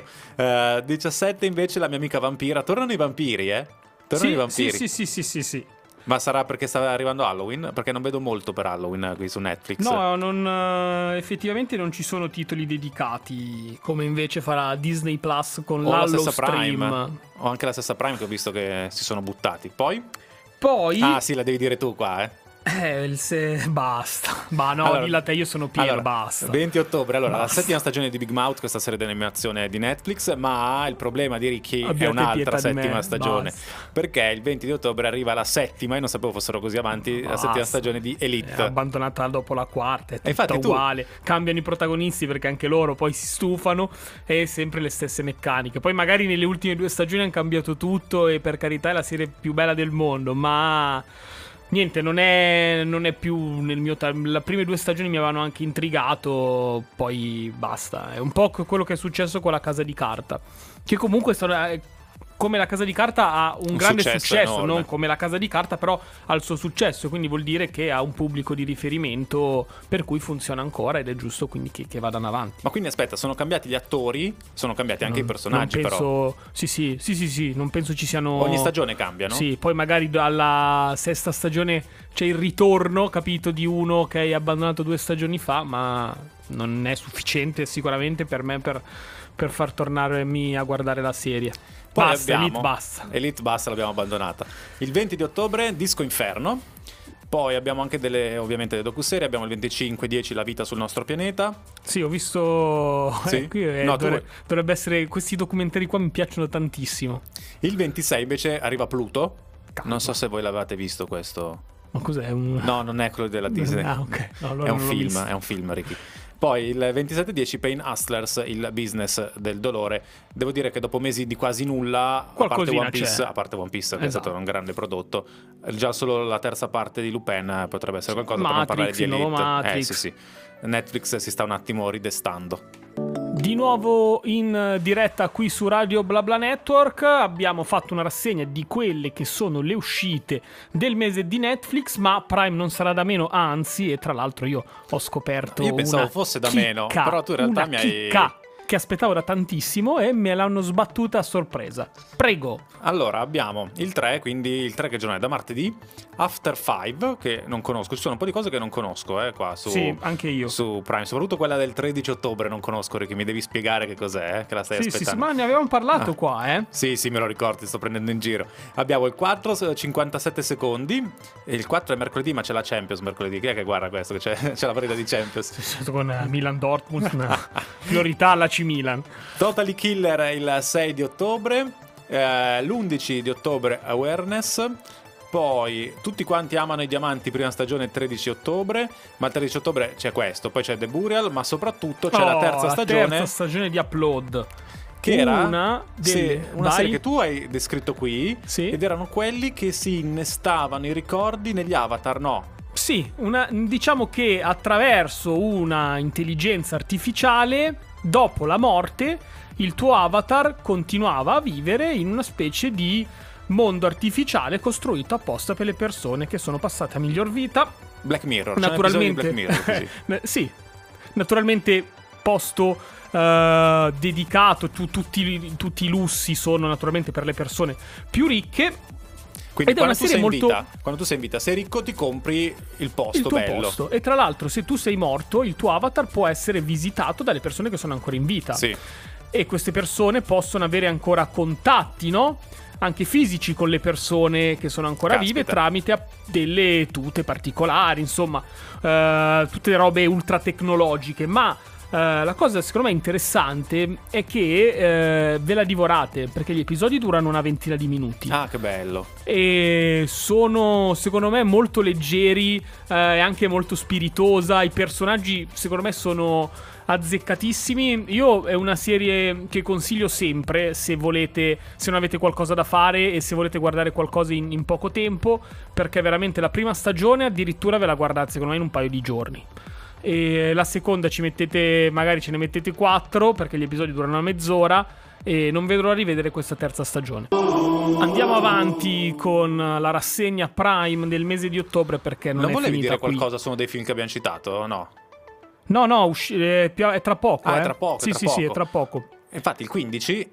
17 invece La mia amica vampira. Tornano i vampiri, Tornano i vampiri. Sì. Ma sarà perché sta arrivando Halloween? Perché non vedo molto per Halloween qui su Netflix. No, effettivamente non ci sono titoli dedicati, come invece farà Disney Plus con l'Hallow Stream. O anche la stessa Prime, che ho visto che si sono buttati. Poi? Ah sì, la devi dire tu qua, basta. Ma no, allora, dilla te, io sono pieno, basta. 20 ottobre, basta. La 7ª stagione di Big Mouth, questa serie di animazione di Netflix, ma il problema di Ricky è un'altra 7ª stagione. Basta. Perché il 20 di ottobre arriva la 7ª, e non sapevo fossero così avanti, la 7ª stagione di Elite. È abbandonata dopo la 4ª, è tutta uguale. Cambiano i protagonisti perché anche loro poi si stufano, e sempre le stesse meccaniche. Poi magari nelle ultime 2 stagioni hanno cambiato tutto, e per carità è la serie più bella del mondo, ma... Niente, non è più nel mio... Le prime 2 stagioni mi avevano anche intrigato, poi basta. È un po' quello che è successo con La Casa di Carta, che comunque come La Casa di Carta ha un grande successo, enorme. non come La Casa di Carta, però ha il suo successo, quindi vuol dire che ha un pubblico di riferimento per cui funziona ancora ed è giusto quindi che vadano avanti. Ma quindi aspetta, sono cambiati gli attori, sono cambiati anche i personaggi, non penso, però. Sì, non penso ci siano. Ogni stagione cambiano? Sì, poi magari alla sesta stagione c'è il ritorno, capito, di uno che hai abbandonato 2 stagioni fa, ma non è sufficiente sicuramente per me per far tornarmi a guardare la serie. Poi basta, abbiamo Elite basta, l'abbiamo abbandonata. Il 20 di ottobre Disco Inferno. Poi abbiamo anche ovviamente le docuserie. Abbiamo il 25/10 La vita sul nostro pianeta. Sì, ho visto. Sì? Qui dovrebbe essere. Questi documentari qua mi piacciono tantissimo. Il 26 invece arriva Pluto. Non so se voi l'avete visto questo. Ma cos'è? No, non è quello della Disney. Ah, ok. No, allora è un film, Ricky. Poi il 27/10 Pain Hustlers, il business del dolore. Devo dire che dopo mesi di quasi nulla, a parte One Piece, che è stato un grande prodotto, già solo la terza parte di Lupin potrebbe essere qualcosa. Per non parlare di Elite. Matrix. Sì. Netflix si sta un attimo ridestando. Di nuovo in diretta qui su Radio BlaBla Network abbiamo fatto una rassegna di quelle che sono le uscite del mese di Netflix, ma Prime non sarà da meno, anzi, e tra l'altro io ho scoperto io pensavo fosse da meno, però tu in realtà mi hai che aspettavo da tantissimo e me l'hanno sbattuta a sorpresa. Prego. Allora abbiamo il 3, quindi il 3 che giorno è? Da martedì. After 5, che non conosco. Ci sono un po' di cose che non conosco qua su, sì, anche io. Su Prime, soprattutto quella del 13 ottobre non conosco, Ricky, mi devi spiegare che cos'è, che la stai aspettando. Sì, ma ne avevamo parlato qua, Sì, me lo ricordo, ti sto prendendo in giro. Abbiamo il 4, 57 secondi. E il 4 è mercoledì, ma c'è la Champions mercoledì. Chi è che guarda questo? Che c'è la partita di Champions. Con Milan Dortmund, una priorità alla Milan. Totally Killer il 6 di ottobre, l'11 di ottobre Awareness, poi Tutti quanti amano i diamanti, prima stagione il 13 ottobre, ma il 13 ottobre c'è questo, poi c'è The Burial, ma soprattutto c'è la terza stagione di Upload. Che era una serie che tu hai descritto qui, ed erano quelli che si innestavano i ricordi negli avatar, no? Sì, diciamo che attraverso una intelligenza artificiale, dopo la morte, il tuo avatar continuava a vivere in una specie di mondo artificiale costruito apposta per le persone che sono passate a miglior vita. Black Mirror, naturalmente. Black Mirror, così. Sì, naturalmente posto dedicato, tutti i lussi sono naturalmente per le persone più ricche. Quindi quando tu sei in vita, sei ricco, ti compri il posto bello. Posto. E tra l'altro, se tu sei morto, il tuo avatar può essere visitato dalle persone che sono ancora in vita. Sì. E queste persone possono avere ancora contatti, no? Anche fisici con le persone che sono ancora vive tramite delle tute particolari, insomma, tutte robe ultra tecnologiche, ma la cosa secondo me interessante è che ve la divorate, perché gli episodi durano una ventina di minuti. Ah, che bello. E sono secondo me molto leggeri e anche molto spiritosa. I personaggi secondo me sono azzeccatissimi. Io è una serie che consiglio sempre se non avete qualcosa da fare e se volete guardare qualcosa in poco tempo, perché veramente la prima stagione addirittura ve la guardate secondo me in un paio di giorni. E la seconda magari ce ne mettete 4, perché gli episodi durano una mezz'ora, e non vedo l'ora di rivedere questa terza stagione. Andiamo avanti con la rassegna Prime del mese di ottobre, perché non è finita qui. Non volevi dire qualcosa su uno dei film che abbiamo citato o no? No, è tra poco. È tra poco. Sì, è tra poco. Infatti il 15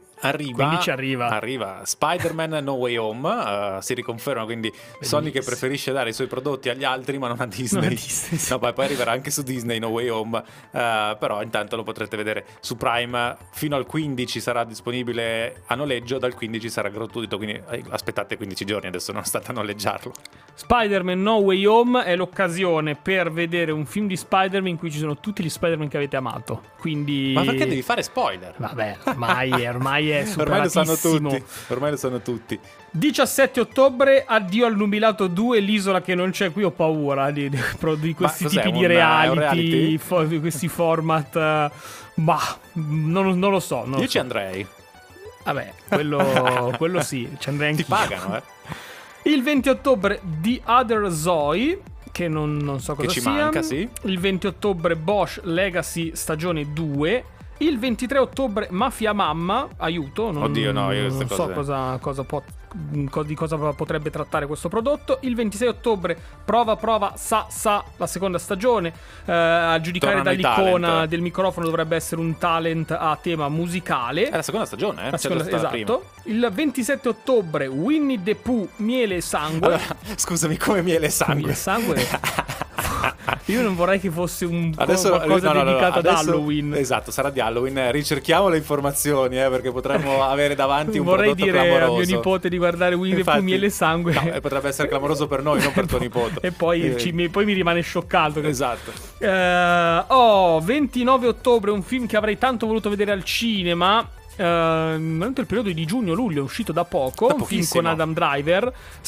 arriva Spider-Man No Way Home, si riconferma, quindi bellissimo. Sony che preferisce dare i suoi prodotti agli altri ma non a Disney, sì. No, poi arriverà anche su Disney No Way Home, però intanto lo potrete vedere su Prime. Fino al 15 sarà disponibile a noleggio, dal 15 sarà gratuito, quindi aspettate 15 giorni, adesso non state a noleggiarlo. Spider-Man No Way Home è l'occasione per vedere un film di Spider-Man in cui ci sono tutti gli Spider-Man che avete amato, quindi... Ma perché devi fare spoiler? Vabbè, ormai è superatissimo. Ormai lo sanno tutti. 17 ottobre, addio al Nubilato 2, l'isola che non c'è. Qui ho paura di questi tipi di reality? Questi format. Non lo so. Io ci andrei. Vabbè, quello sì, ci andrei anche. Ti pagano, Il 20 ottobre The Other Zoe, che non so cosa che ci sia. manca, sì. Il 20 ottobre Bosch Legacy stagione 2. Il 23 ottobre Mafia Mamma, aiuto, Oddio, no, io non so di cosa potrebbe trattare questo prodotto. Il 26 ottobre Prova Sa, la seconda stagione. A giudicare dall'icona del microfono dovrebbe essere un talent a tema musicale. È la seconda stagione, la seconda, esatto. Il 27 ottobre Winnie the Pooh, Miele e Sangue. Allora, scusami, come Miele e Sangue? Miele e Sangue. Io non vorrei che fosse qualcosa dedicato ad Halloween. Esatto, sarà di Halloween. Ricerchiamo le informazioni, perché potremmo avere davanti un vorrei prodotto clamoroso. Vorrei dire a mio nipote di guardare Winnie the Pooh, Miele e Sangue. No, potrebbe essere clamoroso per noi, non per tuo nipote. E poi mi rimane scioccato. Esatto. 29 ottobre, un film che avrei tanto voluto vedere al cinema. Durante il periodo di giugno-luglio è uscito da poco, un film con Adam Driver.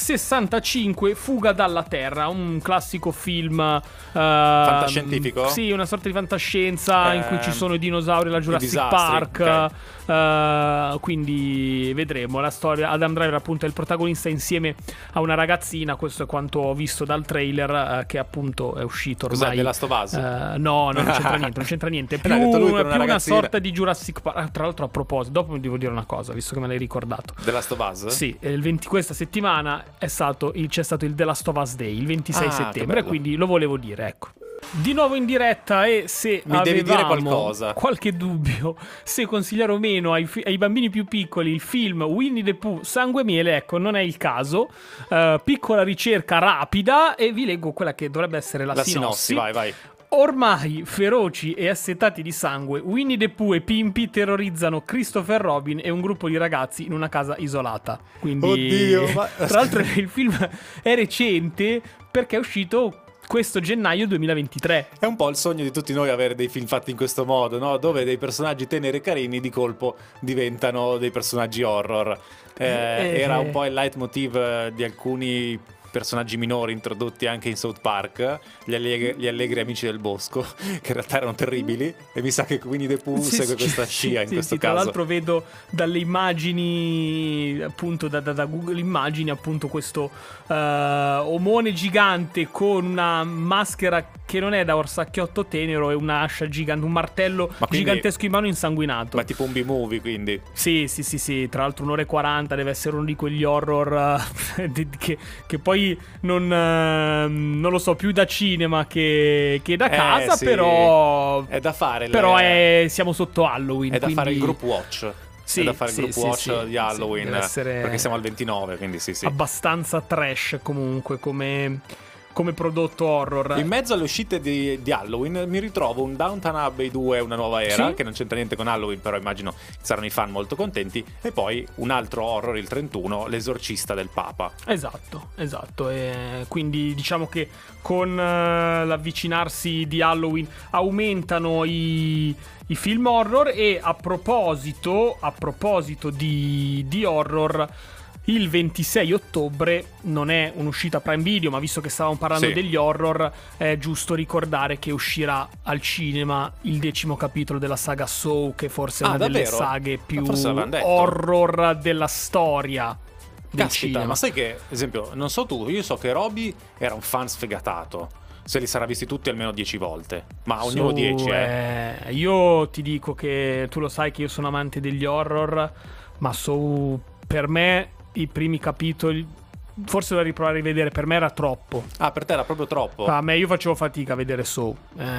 65 Fuga dalla Terra, un classico film fantascientifico? Sì, una sorta di fantascienza in cui ci sono i dinosauri, la Jurassic Park, okay. Quindi vedremo la storia. Adam Driver appunto è il protagonista insieme a una ragazzina. Questo è quanto ho visto dal trailer, che appunto è uscito ormai. Cos'è, The Last of Us? No, non c'entra niente. Più una sorta di Jurassic Park. Tra l'altro, a proposito, dopo devo dire una cosa, visto che me l'hai ricordato. The Last of Us? Sì, questa settimana c'è stato il The Last of Us Day, il 26 settembre, quindi lo volevo dire, ecco. Di nuovo in diretta, e se mi devi dire qualcosa, qualche dubbio se consigliare o meno ai bambini più piccoli il film Winnie the Pooh, Sangue e Miele, ecco, non è il caso. Piccola ricerca rapida e vi leggo quella che dovrebbe essere la sinossi. Vai. Ormai feroci e assetati di sangue, Winnie the Pooh e Pimpi terrorizzano Christopher Robin e un gruppo di ragazzi in una casa isolata. Quindi, oddio, tra l'altro il film è recente perché è uscito questo gennaio 2023. È un po' il sogno di tutti noi avere dei film fatti in questo modo, no? Dove dei personaggi teneri e carini di colpo diventano dei personaggi horror. Era un po' il leitmotiv di alcuni personaggi minori introdotti anche in South Park, gli allegri amici del bosco, che in realtà erano terribili, e mi sa che Winnie the Pooh segue questa scia in questo caso. Tra l'altro vedo dalle immagini, appunto da Google Immagini, appunto questo omone gigante con una maschera che non è da orsacchiotto tenero, è una ascia gigante, un martello gigantesco in mano, insanguinato. Ma tipo un B-movie, quindi? Sì, tra l'altro 1 ora e 40, deve essere uno di quegli horror che poi non lo so, più da cinema che da casa, sì. Però è da fare. Però siamo sotto Halloween. È da fare il group watch. Sì, è da fare il group watch di Halloween, perché siamo al 29, quindi sì. Abbastanza trash comunque come prodotto horror. In mezzo alle uscite di Halloween mi ritrovo un Downton Abbey 2, una nuova era, che non c'entra niente con Halloween, però immagino saranno i fan molto contenti, e poi un altro horror, il 31, L'esorcista del Papa. Esatto, e quindi diciamo che con l'avvicinarsi di Halloween aumentano i film horror. E a proposito di horror, il 26 ottobre non è un'uscita Prime Video, ma visto che stavamo parlando degli horror, è giusto ricordare che uscirà al cinema il 10° capitolo della saga Saw, che forse è una delle saghe più horror della storia del cinema. Ma sai che, ad esempio, non so tu, io so che Roby era un fan sfegatato. Se li sarà visti tutti almeno 10 volte. Ma ognuno 10, Io ti dico che tu lo sai che io sono amante degli horror, ma per me i primi capitoli forse da riprovare a rivedere, per me era troppo. Ah, per te era proprio troppo? A me, io facevo fatica a vedere Saw.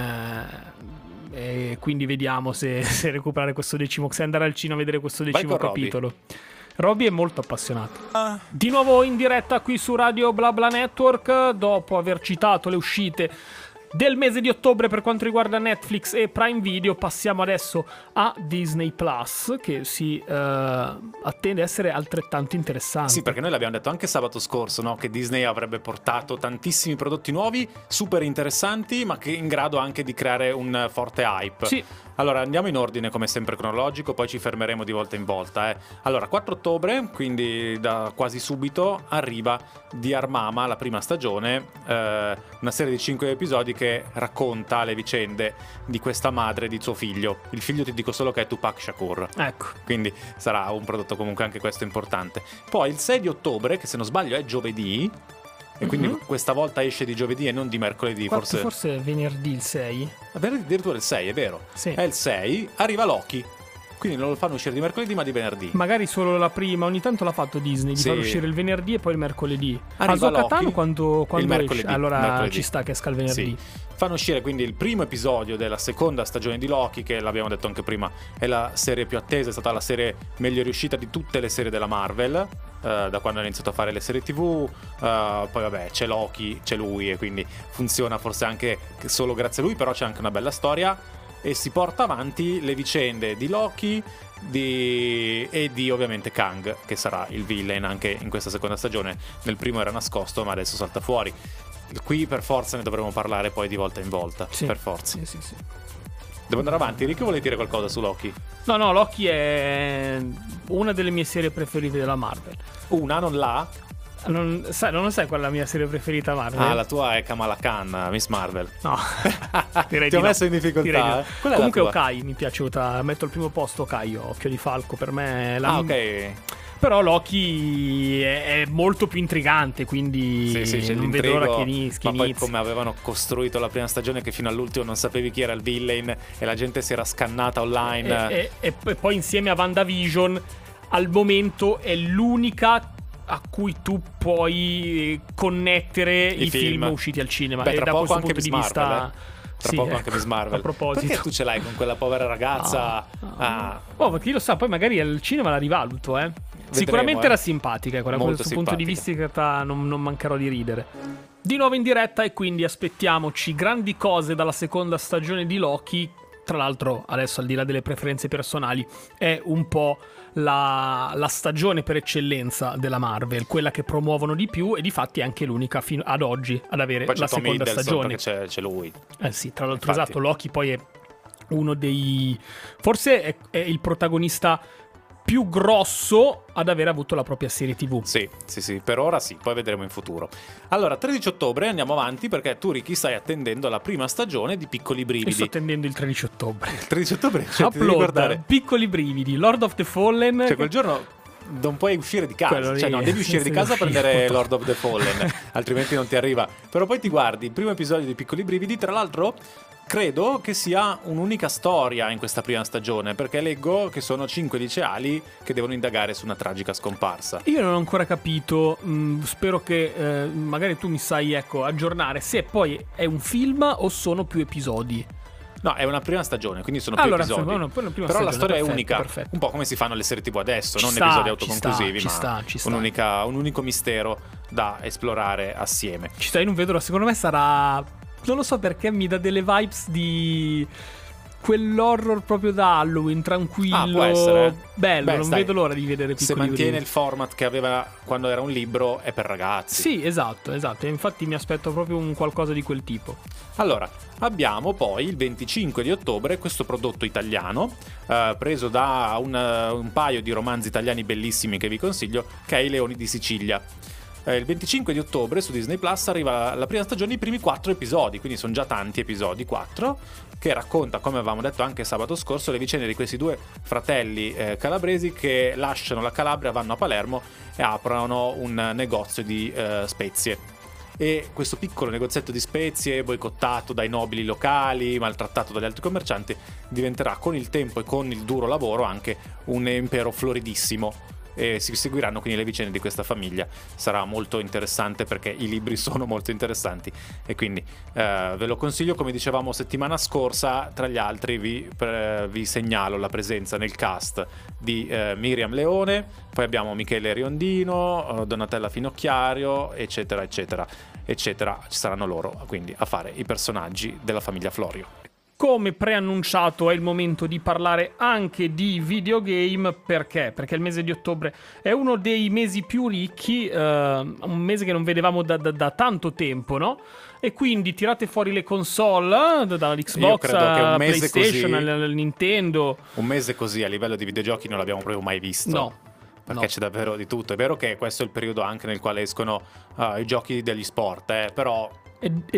E quindi vediamo se recuperare questo se andare al cinema a vedere questo 10° capitolo. Roby è molto appassionato. Di nuovo in diretta qui su Radio BlaBla Network, dopo aver citato le uscite del mese di ottobre per quanto riguarda Netflix e Prime Video, passiamo adesso a Disney Plus, che si attende essere altrettanto interessante. Sì, perché noi l'abbiamo detto anche sabato scorso, no? Che Disney avrebbe portato tantissimi prodotti nuovi, super interessanti, ma che in grado anche di creare un forte hype. Sì. Allora, andiamo in ordine come sempre cronologico, poi ci fermeremo di volta in volta. Allora, 4 ottobre, quindi da quasi subito, arriva Dear Mama, la prima stagione, una serie di 5 episodi che racconta le vicende di questa madre e di suo figlio. Il figlio ti dico solo che è Tupac Shakur. Ecco. Quindi sarà un prodotto comunque anche questo importante. Poi il 6 di ottobre, che se non sbaglio è giovedì, e quindi questa volta esce di giovedì e non di mercoledì. Forse è venerdì il 6. Venerdì addirittura il 6, è vero. Sì. È il 6, arriva Loki. Quindi non lo fanno uscire di mercoledì ma di venerdì. Magari solo la prima, ogni tanto l'ha fatto Disney di far uscire il venerdì e poi il mercoledì. Arriva Ahsoka quando il mercoledì, esce? Allora mercoledì. ci sta che esca il venerdì. Sì. Fanno uscire quindi il primo episodio della seconda stagione di Loki, che l'abbiamo detto anche prima è la serie più attesa, è stata la serie meglio riuscita di tutte le serie della Marvel, da quando hanno iniziato a fare le serie TV. Poi vabbè, c'è Loki, c'è lui, e quindi funziona forse anche solo grazie a lui, però c'è anche una bella storia e si porta avanti le vicende di Loki e di ovviamente Kang, che sarà il villain anche in questa seconda stagione. Nel primo era nascosto ma adesso salta fuori. Qui per forza ne dovremo parlare poi di volta in volta. Sì, per forza. Sì. Devo andare avanti. Ricky, vuole dire qualcosa su Loki? No, Loki è una delle mie serie preferite della Marvel. Una, non la? Non lo sai qual è la mia serie preferita Marvel? Ah, la tua è Kamala Khan, Miss Marvel. No, direi ti ho messo in difficoltà. Comunque Okai mi è piaciuta. Metto al primo posto Okai, Occhio di Falco. Per me è la... ok. Però Loki è molto più intrigante, quindi non vedo l'ora che inizi. Ma poi come avevano costruito la prima stagione, che fino all'ultimo non sapevi chi era il villain e la gente si era scannata online. E poi insieme a WandaVision al momento è l'unica a cui tu puoi connettere i film usciti al cinema. Beh, e da questo anche punto di Marvel, vista... Tra poco anche Miss Marvel. A proposito, perché tu ce l'hai con quella povera ragazza? Ma chi lo sa, poi magari al cinema la rivaluto, Sicuramente era simpatica, da questo punto di vista non mancherò di ridere. Di nuovo in diretta, e quindi aspettiamoci grandi cose dalla seconda stagione di Loki. Tra l'altro adesso, al di là delle preferenze personali, è un po' la stagione per eccellenza della Marvel, quella che promuovono di più, e difatti è anche l'unica fino ad oggi ad avere poi la seconda stagione. C'è lui. Sì, tra l'altro, esatto, Loki poi è uno dei... forse è il protagonista più grosso ad aver avuto la propria serie TV. Sì, per ora sì, poi vedremo in futuro. Allora, 13 ottobre andiamo avanti, perché tu, Ricky, stai attendendo la prima stagione di Piccoli Brividi. Io sto attendendo il 13 ottobre. Il 13 ottobre? Upload, Piccoli Brividi, Lord of the Fallen. Cioè quel giorno non puoi uscire di casa, devi uscire di casa a prendere Lord of the Fallen, altrimenti non ti arriva. Però poi ti guardi il primo episodio di Piccoli Brividi. Tra l'altro credo che sia un'unica storia in questa prima stagione, perché leggo che sono 5 liceali che devono indagare su una tragica scomparsa. Io non ho ancora capito, spero che magari tu mi sai aggiornare se poi è un film o sono più episodi. No, è una prima stagione, quindi sono più episodi. Però la storia è unica, un po' come si fanno le serie TV adesso, non episodi autoconclusivi, ma un unico mistero da esplorare assieme. Ci sta, io non vedo, secondo me sarà... Non lo so perché mi dà delle vibes di quell'horror proprio da Halloween, tranquillo, può essere. Bello. Non vedo l'ora di vedere Piccoli Se mantiene Brividi. il format che aveva quando era un libro, è per ragazzi. Sì, esatto. E infatti mi aspetto proprio un qualcosa di quel tipo. Allora, abbiamo poi il 25 di ottobre questo prodotto italiano, preso da un paio di romanzi italiani bellissimi che vi consiglio, che è I Leoni di Sicilia. Il 25 di ottobre su Disney Plus arriva la prima stagione, i primi 4 episodi, quindi sono già tanti episodi, 4, che racconta, come avevamo detto anche sabato scorso, le vicende di questi due fratelli calabresi che lasciano la Calabria, vanno a Palermo e aprono un negozio di spezie. E questo piccolo negozietto di spezie, boicottato dai nobili locali, maltrattato dagli altri commercianti, diventerà con il tempo e con il duro lavoro anche un impero floridissimo. E si seguiranno quindi le vicende di questa famiglia. Sarà molto interessante, perché i libri sono molto interessanti, e quindi ve lo consiglio. Come dicevamo settimana scorsa, tra gli altri vi segnalo la presenza nel cast di Miriam Leone, poi abbiamo Michele Riondino, Donatella Finocchiario, eccetera. Ci saranno loro quindi a fare i personaggi della famiglia Florio. Come preannunciato è il momento di parlare anche di videogame. Perché? Perché il mese di ottobre è uno dei mesi più ricchi, un mese che non vedevamo da tanto tempo, no? E quindi tirate fuori le console, dall'Xbox alla PlayStation, al Nintendo. Un mese così a livello di videogiochi non l'abbiamo proprio mai visto. No. Perché c'è davvero di tutto. È vero che questo è il periodo anche nel quale escono i giochi degli sport, però... Ed è un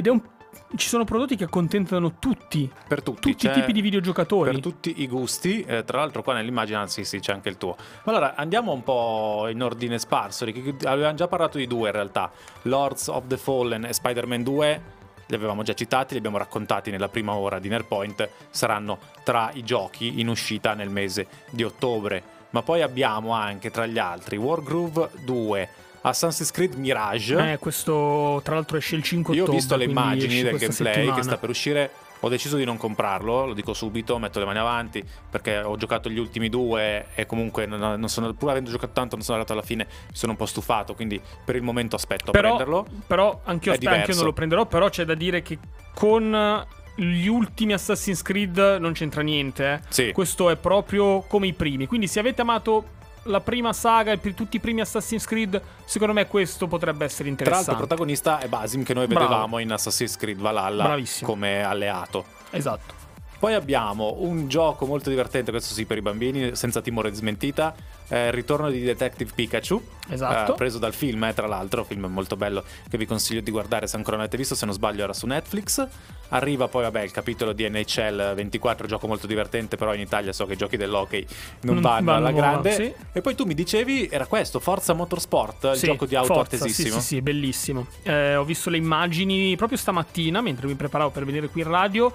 ci sono prodotti che accontentano tutti. Per tutti. I tipi di videogiocatori. Per tutti i gusti. Tra l'altro qua nell'immagine, anzi sì, c'è anche il tuo. Allora, andiamo un po' in ordine sparso. Avevamo già parlato di due in realtà. Lords of the Fallen e Spider-Man 2. Li avevamo già citati, li abbiamo raccontati nella prima ora di Nerdpoint. Saranno tra i giochi in uscita nel mese di ottobre. Ma poi abbiamo anche tra gli altri Wargroove 2, Assassin's Creed Mirage. Questo tra l'altro esce il 5 ottobre. Io ho visto le immagini del gameplay settimana. Che sta per uscire. Ho deciso di non comprarlo, lo dico subito, metto le mani avanti, perché ho giocato gli ultimi due e comunque non sono, pur avendo giocato tanto non sono arrivato alla fine, mi sono un po' stufato, quindi per il momento aspetto a prenderlo. Però anch'io non lo prenderò, però c'è da dire che con gli ultimi Assassin's Creed non c'entra niente. Sì. Questo è proprio come i primi, quindi se avete amato la prima saga e tutti i primi Assassin's Creed, secondo me questo potrebbe essere interessante. Tra l'altro il protagonista è Basim, che noi vedevamo in Assassin's Creed Valhalla come alleato. Esatto. Poi abbiamo un gioco molto divertente, questo sì per i bambini, senza timore di smentita, il ritorno di Detective Pikachu. Esatto. Preso dal film, tra l'altro, film molto bello che vi consiglio di guardare se ancora non avete visto, se non sbaglio era su Netflix. Arriva poi il capitolo di NHL 24, gioco molto divertente, però in Italia so che i giochi dell'hockey non vanno alla grande. Sì. E poi tu mi dicevi, era questo, Forza Motorsport, il gioco di auto attesissimo. Sì, bellissimo. Ho visto le immagini proprio stamattina mentre mi preparavo per venire qui in radio,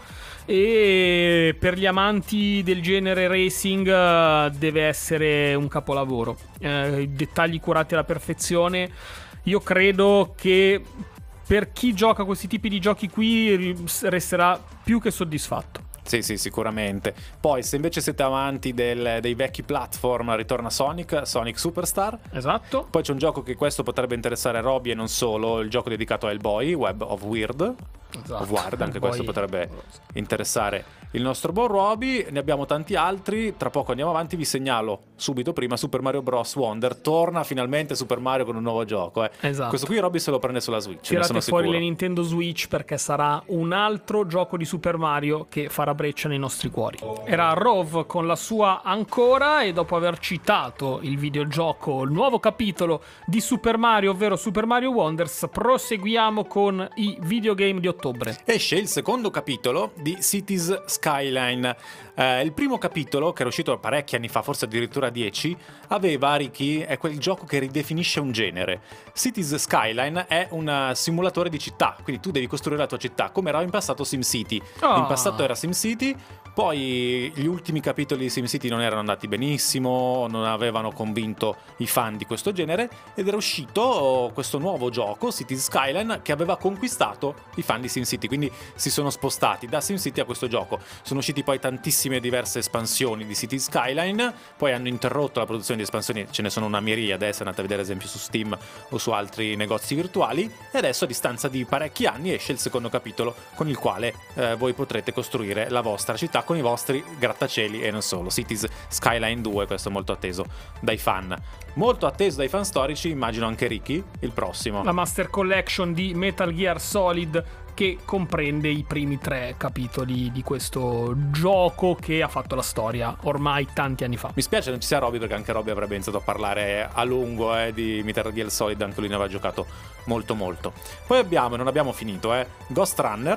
e per gli amanti del genere racing deve essere un capolavoro. I dettagli curati alla perfezione. Io credo che per chi gioca questi tipi di giochi qui resterà più che soddisfatto. Sì, sicuramente. Poi se invece siete amanti dei vecchi platform, ritorna Sonic Superstar. Esatto. Poi c'è un gioco che questo potrebbe interessare a Roby e non solo, il gioco dedicato a Hellboy, Web of Weird. Esatto. Anche questo potrebbe interessare il nostro buon Roby. Ne abbiamo tanti altri, tra poco andiamo avanti. Vi segnalo subito prima Super Mario Bros. Wonder. Torna finalmente Super Mario con un nuovo gioco. Esatto. Questo qui Roby se lo prende sulla Switch. Tirate fuori le Nintendo Switch, perché sarà un altro gioco di Super Mario che farà breccia nei nostri cuori. Era Rove con la sua Ancora, e dopo aver citato il videogioco, il nuovo capitolo di Super Mario, ovvero Super Mario Wonders, proseguiamo con i videogame di ottobre. Esce il secondo capitolo di Cities Skyline. Il primo capitolo, che era uscito parecchi anni fa, forse addirittura 10, aveva, Ricky, è quel gioco che ridefinisce un genere. Cities Skyline è un simulatore di città, quindi tu devi costruire la tua città, come era in passato SimCity. In passato era SimCity, poi gli ultimi capitoli di SimCity non erano andati benissimo, non avevano convinto i fan di questo genere, ed era uscito questo nuovo gioco, Cities Skyline, che aveva conquistato i fan di SimCity, quindi si sono spostati da SimCity a questo gioco. Sono usciti poi tantissime diverse espansioni di Cities Skyline, poi hanno interrotto la produzione di espansioni, ce ne sono una miriade, se andate a vedere ad esempio su Steam o su altri negozi virtuali, e adesso a distanza di parecchi anni esce il secondo capitolo, con il quale voi potrete costruire la vostra città con i vostri grattacieli e non solo. Cities Skyline 2, questo molto atteso dai fan. Molto atteso dai fan storici, immagino anche Ricky, il prossimo. La Master Collection di Metal Gear Solid, che comprende i primi 3 capitoli di questo gioco che ha fatto la storia ormai tanti anni fa. Mi spiace non ci sia Roby, perché anche Roby avrebbe iniziato a parlare a lungo di Metal Gear Solid, anche lui ne aveva giocato molto. Poi abbiamo, non abbiamo finito, Ghost Runner,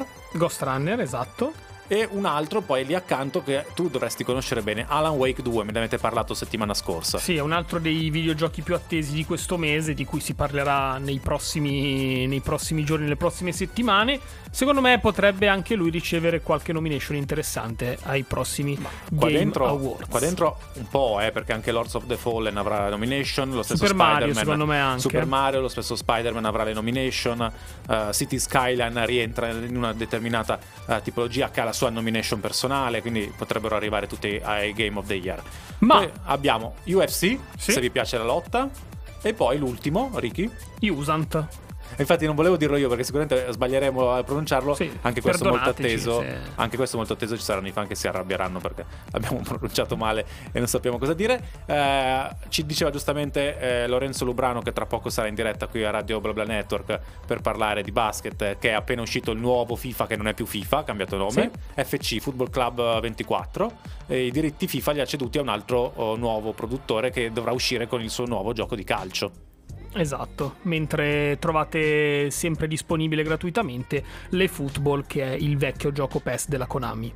esatto. E un altro poi lì accanto che tu dovresti conoscere bene, Alan Wake 2, me ne avete parlato settimana scorsa. Sì, è un altro dei videogiochi più attesi di questo mese, di cui si parlerà nei prossimi giorni, nelle prossime settimane. Secondo me potrebbe anche lui ricevere qualche nomination interessante ai prossimi Game Awards. Qua dentro un po', perché anche Lords of the Fallen avrà la nomination, lo stesso Super Spider-Man, Mario, secondo me anche. Super Mario, lo stesso Spider-Man avrà le nomination. City Skyline rientra in una determinata tipologia che ha la sua nomination personale, quindi potrebbero arrivare tutti ai Game of the Year. Ma poi abbiamo UFC, se vi piace la lotta, e poi l'ultimo, Ricky, Usant. Infatti non volevo dirlo io, perché sicuramente sbaglieremo a pronunciarlo. Sì, anche questo molto atteso. Se... Anche questo molto atteso. Ci saranno i fan che si arrabbieranno perché l'abbiamo pronunciato male e non sappiamo cosa dire. Ci diceva giustamente Lorenzo Lubrano che tra poco sarà in diretta qui a Radio BlaBla Network per parlare di basket, che è appena uscito il nuovo FIFA, che non è più FIFA, ha cambiato nome, sì. FC, Football Club 24, e i diritti FIFA li ha ceduti a un altro nuovo produttore che dovrà uscire con il suo nuovo gioco di calcio. Esatto, mentre trovate sempre disponibile gratuitamente l'eFootball, che è il vecchio gioco PES della Konami.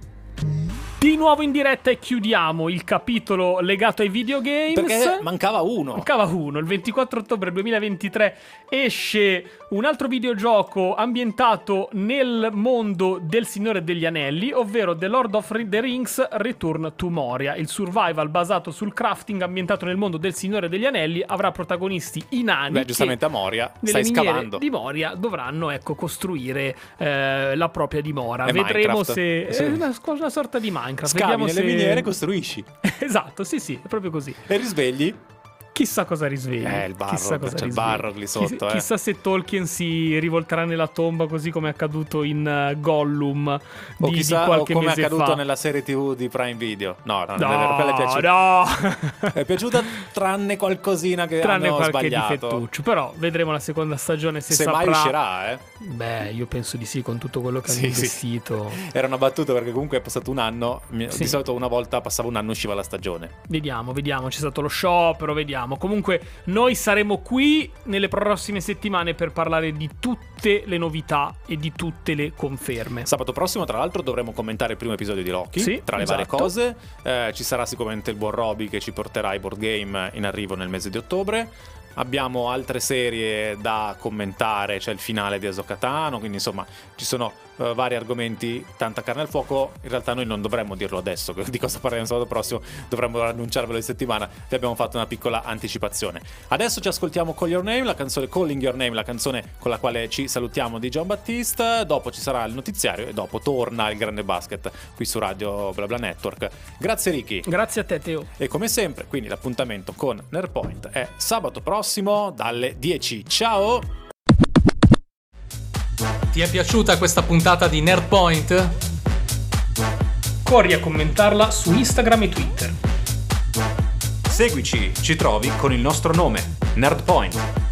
Di nuovo in diretta e chiudiamo il capitolo legato ai videogames. Perché mancava uno. Il 24 ottobre 2023 esce un altro videogioco ambientato nel mondo del Signore degli Anelli, ovvero The Lord of the Rings Return to Moria. Il survival basato sul crafting ambientato nel mondo del Signore degli Anelli avrà protagonisti inani. Beh, giustamente a Moria stai scavando. Di Moria dovranno costruire la propria dimora. È Vedremo Minecraft. se una sorta di Minecraft. Scavi nelle miniere e costruisci. Esatto, sì, è proprio così. E risvegli? Chissà cosa risvegli. Il Balrog, c'è il Balrog lì sotto. Chissà se Tolkien si rivolterà nella tomba, così come è accaduto in Gollum di qualche mese fa. O come è accaduto nella serie TV di Prime Video. No, non è vero, quella è piaciuta. No. È piaciuta tranne qualcosina che hanno qualche sbagliato. Difettuccio. Però vedremo la seconda stagione se mai uscirà, Beh, io penso di sì, con tutto quello che hanno investito. Era una battuta, perché comunque è passato un anno. Di solito una volta passava un anno, usciva la stagione. Vediamo, c'è stato lo sciopero, vediamo. Comunque noi saremo qui nelle prossime settimane per parlare di tutte le novità e di tutte le conferme. Sabato prossimo, tra l'altro, dovremo commentare il primo episodio di Loki, tra le varie cose. Ci sarà sicuramente il buon Roby che ci porterà i board game in arrivo nel mese di ottobre. Abbiamo altre serie da commentare, c'è il finale di Ahsoka Tano, quindi insomma ci sono vari argomenti, tanta carne al fuoco. In realtà noi non dovremmo dirlo adesso di cosa parleremo sabato prossimo, dovremmo annunciarvelo in settimana. Vi abbiamo fatto una piccola anticipazione. Adesso ci ascoltiamo Call Your Name, la canzone Calling Your Name, la canzone con la quale ci salutiamo di John Battista. Dopo ci sarà il notiziario e dopo torna il grande basket qui su Radio BlaBla Network. Grazie Ricky. Grazie a te Teo. E come sempre, quindi l'appuntamento con Nerdpoint è sabato prossimo dalle 10. Ciao! Ti è piaciuta questa puntata di Nerdpoint? Corri a commentarla su Instagram e Twitter. Seguici, ci trovi con il nostro nome, Nerdpoint.